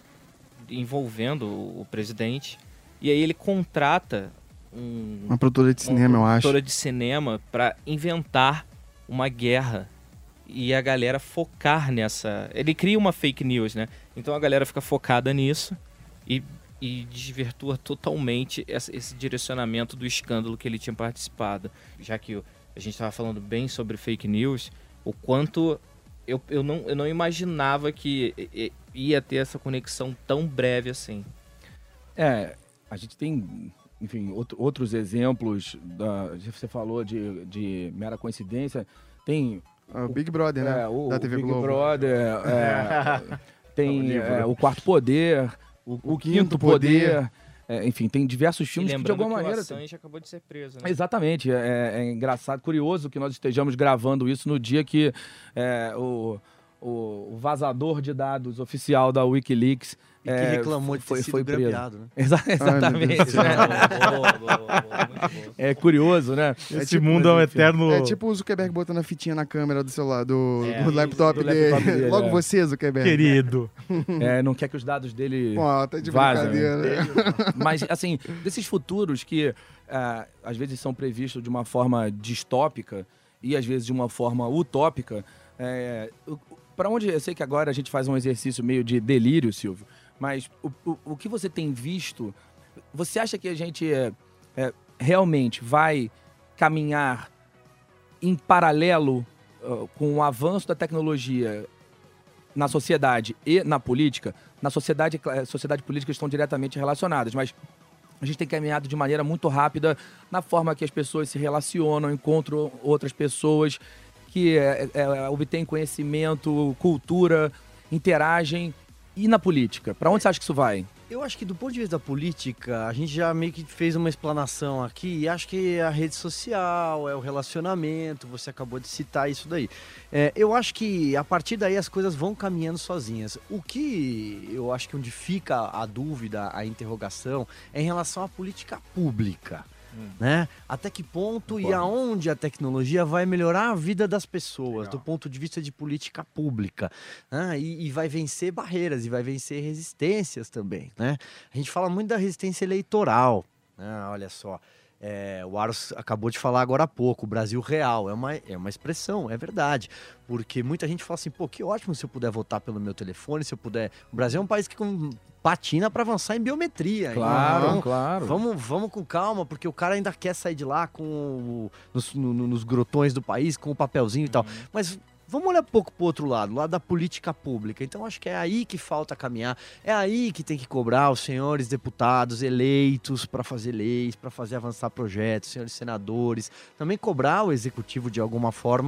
envolvendo o o presidente. E aí ele contrata um, Uma produtora de cinema, eu uma acho. produtora de cinema para inventar uma guerra e a galera focar nessa. Ele cria uma fake news, né? Então a galera fica focada nisso e, e desvirtua totalmente essa- esse direcionamento do escândalo que ele tinha participado. Já que o- a gente estava falando bem sobre fake news, o quanto eu, eu, não, eu não imaginava que i- i- ia ter essa conexão tão breve assim. É, a gente tem, enfim, outro- outros exemplos. Da, você falou de, de mera coincidência. Tem Ah, o Big Brother, né? é, o, da T V o Big Globo. Brother, é, tem O livro. é, o Quarto Poder, o, o O Quinto Quinto Poder. Poder. É, enfim, tem diversos E filmes que de lembrando alguma que maneira. o Assange acabou de ser preso, né? Exatamente, é, é engraçado, curioso que nós estejamos gravando isso no dia que é, o, o, o vazador de dados oficial da Wikileaks E que é, reclamou de ter foi, sido foi preso. grampeado, né? Exa- exatamente. Deus do céu. né? Boa, boa, boa, muito boa. É curioso, né? Esse tipo- mundo é um eterno... É tipo o Zuckerberg botando a fitinha na câmera do celular, do, É, do isso, laptop, do dele. laptop dele, Logo é. você, Zuckerberg. Querido. É, não quer que os dados dele Pô, tá de vazem. brincadeira. né? Mas, assim, desses futuros que ah, às vezes são previstos de uma forma distópica e às vezes de uma forma utópica, é, para onde... Eu sei que agora a gente faz um exercício meio de delírio, Silvio, mas o, o, o que você tem visto, você acha que a gente é, é, realmente vai caminhar em paralelo ah, com o avanço da tecnologia na sociedade e na política? Na sociedade, a sociedade e política estão diretamente relacionadas, mas a gente tem caminhado de maneira muito rápida na forma que as pessoas se relacionam, encontram outras pessoas, que é, é, obtêm conhecimento, cultura, interagem. E na política? Para onde você acha que isso vai? Eu acho que do ponto de vista da política, a gente já meio que fez uma explanação aqui, e acho que a rede social, é o relacionamento, você acabou de citar isso daí. É, eu acho que a partir daí as coisas vão caminhando sozinhas. O que eu acho que onde fica a dúvida, a interrogação, é em relação à política pública. Né? Até que ponto e aonde a tecnologia vai melhorar a vida das pessoas, do ponto de vista de política pública, né? e, e vai vencer barreiras, e vai vencer resistências também, né? A gente fala muito da resistência eleitoral, né? Olha só, é, o Aros acabou de falar agora há pouco, o Brasil real, é uma, é uma expressão, é verdade, porque muita gente fala assim, pô, que ótimo se eu puder votar pelo meu telefone, se eu puder... O Brasil é um país que com patina para avançar em biometria. Claro, então, claro. Vamos, vamos com calma, porque o cara ainda quer sair de lá com o- nos, no- no- nos grotões do país, com o papelzinho e tal. Mas vamos olhar um pouco pro outro lado, lado da política pública. Então acho que é aí que falta caminhar, é aí que tem que cobrar os senhores deputados eleitos para fazer leis, para fazer avançar projetos, senhores senadores, também cobrar o executivo de alguma forma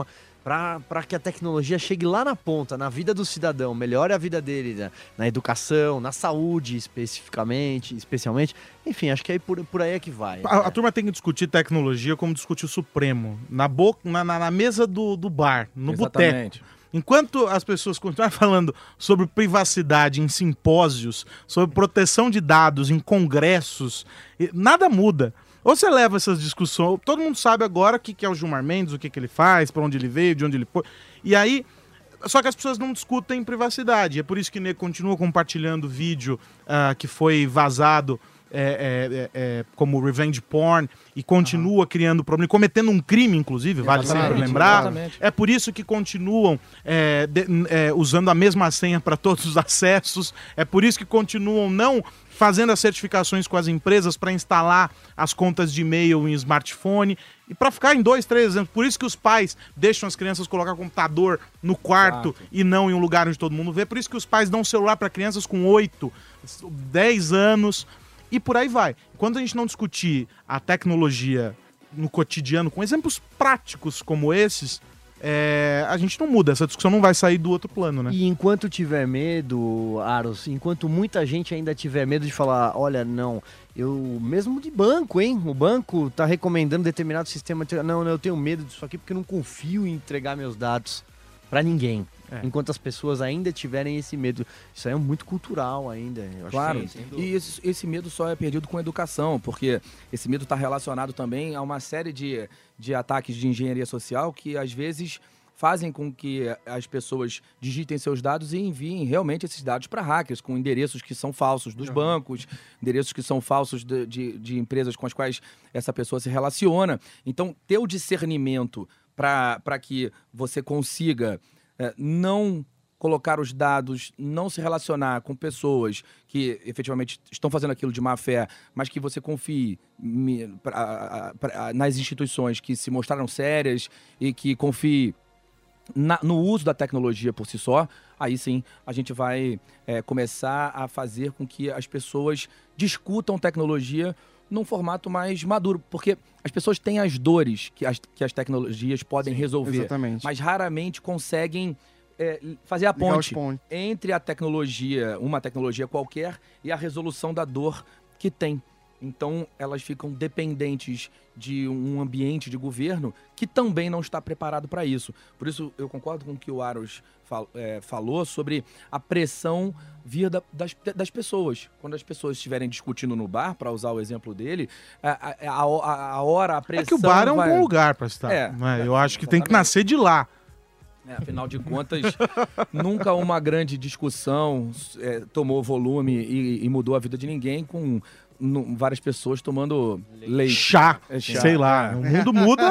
para que a tecnologia chegue lá na ponta, na vida do cidadão, melhore a vida dele, na, na educação, na saúde especificamente, especialmente. Enfim, acho que é por, por aí é que vai. A, né? a turma tem que discutir tecnologia como discutir o Supremo, na, boca, na, na, na mesa do, do bar, no boteco. Enquanto as pessoas continuarem falando sobre privacidade em simpósios, sobre proteção de dados em congressos, nada muda. Ou você leva essas discussões, todo mundo sabe agora o que é o Gilmar Mendes, o que, que ele faz, para onde ele veio, de onde ele foi. E aí, só que as pessoas não discutem privacidade. É por isso que ele continua compartilhando vídeo uh, que foi vazado é, é, é, como revenge porn e continua uhum. criando problema, cometendo um crime, inclusive, vale sempre lembrar. Exatamente. É por isso que continuam é, de, é, usando a mesma senha para todos os acessos. É por isso que continuam não fazendo as certificações com as empresas para instalar as contas de e-mail em smartphone e para ficar em dois, três exemplos. Por isso que os pais deixam as crianças colocar computador no quarto Exato. E não em um lugar onde todo mundo vê. Por isso que os pais dão celular para crianças com oito, dez anos e por aí vai. Quando a gente não discutir a tecnologia no cotidiano com exemplos práticos como esses, É, a gente não muda, essa discussão não vai sair do outro plano, né? E enquanto tiver medo, Aros, enquanto muita gente ainda tiver medo de falar, olha, não, eu mesmo de banco, hein? O banco tá recomendando determinado sistema, não, não eu tenho medo disso aqui porque eu não confio em entregar meus dados para ninguém. É. Enquanto as pessoas ainda tiverem esse medo. Isso aí é muito cultural ainda. Eu acho claro, que é, e esse, esse medo só é perdido com a educação, porque esse medo está relacionado também a uma série de, de ataques de engenharia social que às vezes fazem com que as pessoas digitem seus dados e enviem realmente esses dados para hackers, com endereços que são falsos dos uhum. bancos, endereços que são falsos de, de, de empresas com as quais essa pessoa se relaciona. Então, ter o discernimento para que você consiga É, não colocar os dados, não se relacionar com pessoas que efetivamente estão fazendo aquilo de má fé, mas que você confie me, pra, pra, nas instituições que se mostraram sérias e que confie na, no uso da tecnologia por si só, aí sim a gente vai é, começar a fazer com que as pessoas discutam tecnologia num formato mais maduro, porque as pessoas têm as dores que as, que as tecnologias podem Sim, resolver, exatamente. Mas raramente conseguem é, fazer a ponte entre a tecnologia, uma tecnologia qualquer, e a resolução da dor que tem. Então, elas ficam dependentes de um ambiente de governo que também não está preparado para isso. Por isso, eu concordo com o que o Aros fal, é, falou sobre a pressão vir da, das, das pessoas. Quando as pessoas estiverem discutindo no bar, para usar o exemplo dele, a, a, a, a hora, a pressão... É que o bar é um vai... bom lugar para estar. É, né? Eu é, acho que exatamente. Tem que nascer de lá. É, afinal de contas, nunca uma grande discussão é, tomou volume e, e mudou a vida de ninguém com... No, várias pessoas tomando leite. Chá, é, chá. Sei lá. O mundo muda.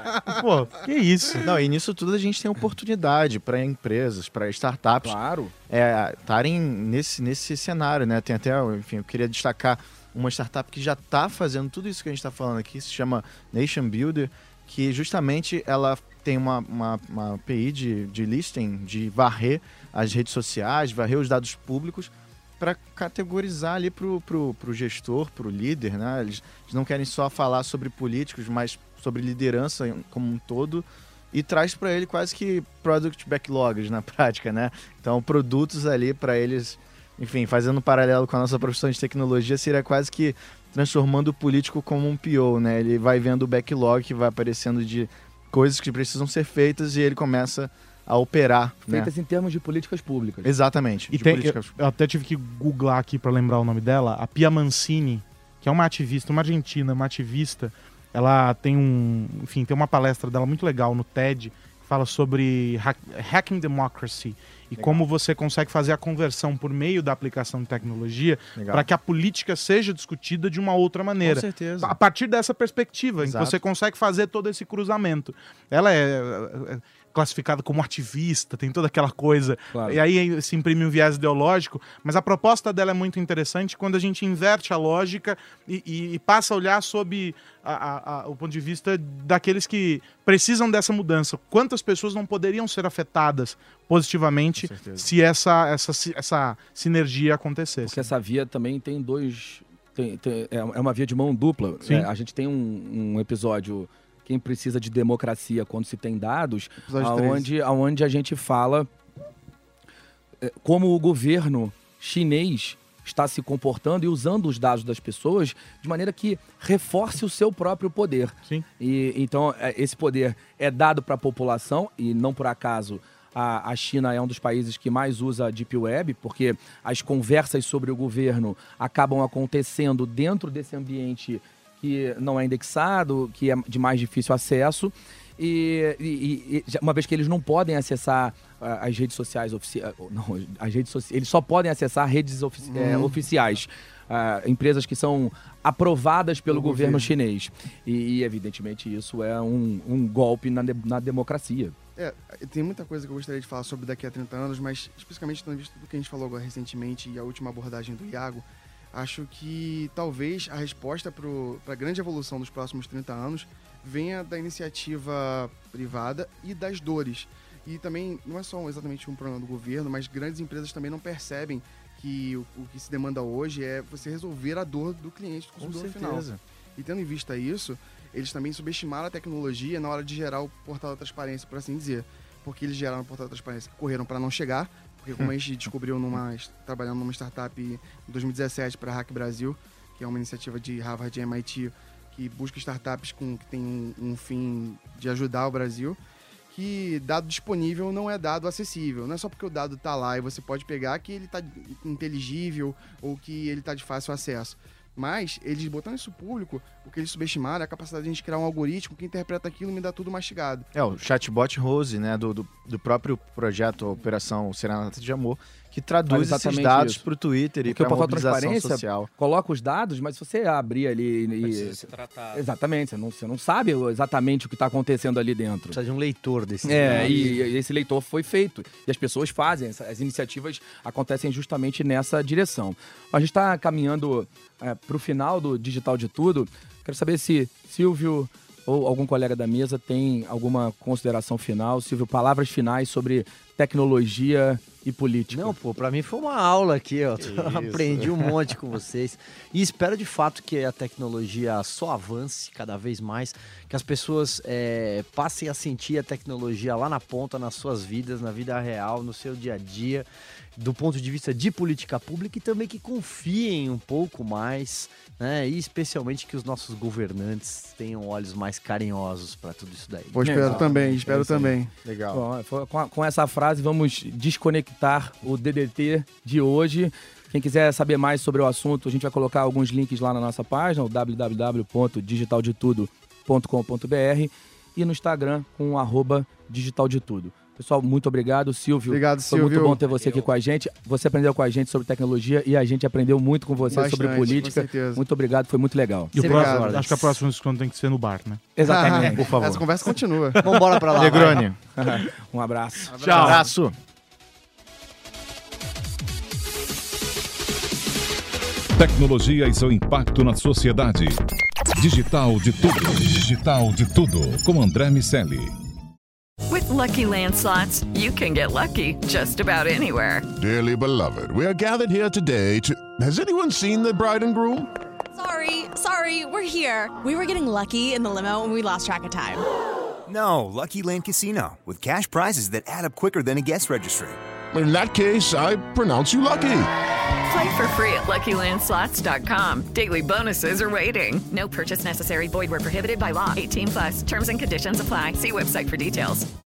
Pô, que isso? Não, e nisso tudo a gente tem oportunidade para empresas, para startups. Claro. Estarem é, nesse, nesse cenário, né? Tem até, enfim, eu queria destacar uma startup que já está fazendo tudo isso que a gente está falando aqui, se chama Nation Builder, que justamente ela tem uma, uma, uma A P I de, de listing, de varrer as redes sociais, varrer os dados públicos, para categorizar ali pro, pro, pro gestor, pro líder, né? Eles, eles não querem só falar sobre políticos, mas sobre liderança como um todo, e traz para ele quase que product backlogs na prática, né? Então, produtos ali para eles, enfim, fazendo um paralelo com a nossa profissão de tecnologia, seria quase que transformando o político como um P O, né? Ele vai vendo o backlog que vai aparecendo de coisas que precisam ser feitas e ele começa a operar. Feitas né? em termos de políticas públicas. Exatamente. E tem, políticas... eu, eu até tive que googlar aqui para lembrar o nome dela, a Pia Mancini, que é uma ativista, uma argentina, uma ativista. Ela tem um, enfim, tem uma palestra dela muito legal no TED, que fala sobre hack, Hacking Democracy e legal. Como você consegue fazer a conversão por meio da aplicação de tecnologia para que a política seja discutida de uma outra maneira. Com certeza. A partir dessa perspectiva, Exato. Em que você consegue fazer todo esse cruzamento. Ela é... é classificada como ativista, tem toda aquela coisa, claro. E aí se imprime um viés ideológico, mas a proposta dela é muito interessante quando a gente inverte a lógica e, e, e passa a olhar sob a, a, a, o ponto de vista daqueles que precisam dessa mudança. Quantas pessoas não poderiam ser afetadas positivamente se essa, essa, essa sinergia acontecesse? Porque essa via também tem dois... Tem, tem, é uma via de mão dupla. É, a gente tem um, um episódio... que quem precisa de democracia quando se tem dados, Episódio aonde, aonde a gente fala é, como o governo chinês está se comportando e usando os dados das pessoas de maneira que reforce o seu próprio poder. Sim. E, então, é, esse poder é dado para a população, e não por acaso a, a China é um dos países que mais usa a Deep Web, porque as conversas sobre o governo acabam acontecendo dentro desse ambiente que não é indexado, que é de mais difícil acesso. E, e, e uma vez que eles não podem acessar uh, as redes sociais oficiais, não, as redes sociais, eles só podem acessar redes ofici uhum. é, oficiais, uh, empresas que são aprovadas pelo o governo, governo chinês. E, e, evidentemente, isso é um, um golpe na, de, na democracia. É, tem muita coisa que eu gostaria de falar sobre daqui a trinta anos, mas especificamente tendo visto tudo que a gente falou agora recentemente e a última abordagem do Iago, acho que talvez a resposta para a grande evolução dos próximos trinta anos venha da iniciativa privada e das dores. E também, não é só exatamente um problema do governo, mas grandes empresas também não percebem que o, o que se demanda hoje é você resolver a dor do cliente, do consumidor final. E tendo em vista isso, eles também subestimaram a tecnologia na hora de gerar o portal da transparência, por assim dizer. Porque eles geraram o portal da transparência, correram para não chegar, porque como a gente descobriu numa, trabalhando numa startup em dois mil e dezessete para a Hack Brasil, que é uma iniciativa de Harvard e M I T, que busca startups com, que tem um, um fim de ajudar o Brasil, que dado disponível não é dado acessível. Não é só porque o dado está lá e você pode pegar que ele está inteligível ou que ele está de fácil acesso. Mas, eles botando isso público, o que eles subestimaram é a capacidade de a gente criar um algoritmo que interpreta aquilo e me dá tudo mastigado. É, o chatbot Rose, né, do, do, do próprio projeto Operação Serenata de Amor, que traduz esses dados para o Twitter e para a mobilização social. Coloca os dados, mas se você abrir ali... E... Precisa ser tratado. Exatamente, você não, você não sabe exatamente o que está acontecendo ali dentro. Precisa de um leitor desse. É, e, e esse leitor foi feito. E as pessoas fazem, as iniciativas acontecem justamente nessa direção. A gente está caminhando é, para o final do Digital de Tudo. Quero saber se Silvio ou algum colega da mesa tem alguma consideração final. Silvio, palavras finais sobre tecnologia e política. Não, pô, pra mim foi uma aula aqui, ó. Aprendi um monte com vocês. E espero de fato que a tecnologia só avance cada vez mais, que as pessoas é, passem a sentir a tecnologia lá na ponta, nas suas vidas, na vida real, no seu dia a dia, do ponto de vista de política pública, e também que confiem um pouco mais, né? E especialmente que os nossos governantes tenham olhos mais carinhosos para tudo isso daí. Pô, espero Legal. também, espero é também. Legal. Bom, com, a, com essa frase, vamos desconectar o D D T de hoje. Quem quiser saber mais sobre o assunto, a gente vai colocar alguns links lá na nossa página, o w w w ponto digital de tudo ponto com ponto b r, e no Instagram com arroba digitaldetudo. Pessoal, muito obrigado. Silvio, obrigado, foi Silvio. muito bom ter você aqui com a gente. Você aprendeu com a gente sobre tecnologia e a gente aprendeu muito com você Bastante, sobre política. com certeza. Muito obrigado, foi muito legal. E o Obrigado. próximo, acho que a próxima discussão tem que ser no bar, né? Exatamente. Por favor. Essa conversa continua. Vamos embora pra lá. Negroni. Um abraço. Tchau. Abraço. Tecnologia e seu impacto na sociedade. Digital de Tudo. Digital de Tudo. Com André Miceli. With Lucky Land Slots, you can get lucky just about anywhere. Dearly beloved, we are gathered here today to... Has anyone seen the bride and groom? Sorry, sorry, we're here. We were getting lucky in the limo and we lost track of time. No, Lucky Land Casino, with cash prizes that add up quicker than a guest registry. In that case, I pronounce you lucky. Play for free at lucky land slots dot com. Daily bonuses are waiting. No purchase necessary. Void where prohibited by law. eighteen plus. Terms and conditions apply. See website for details.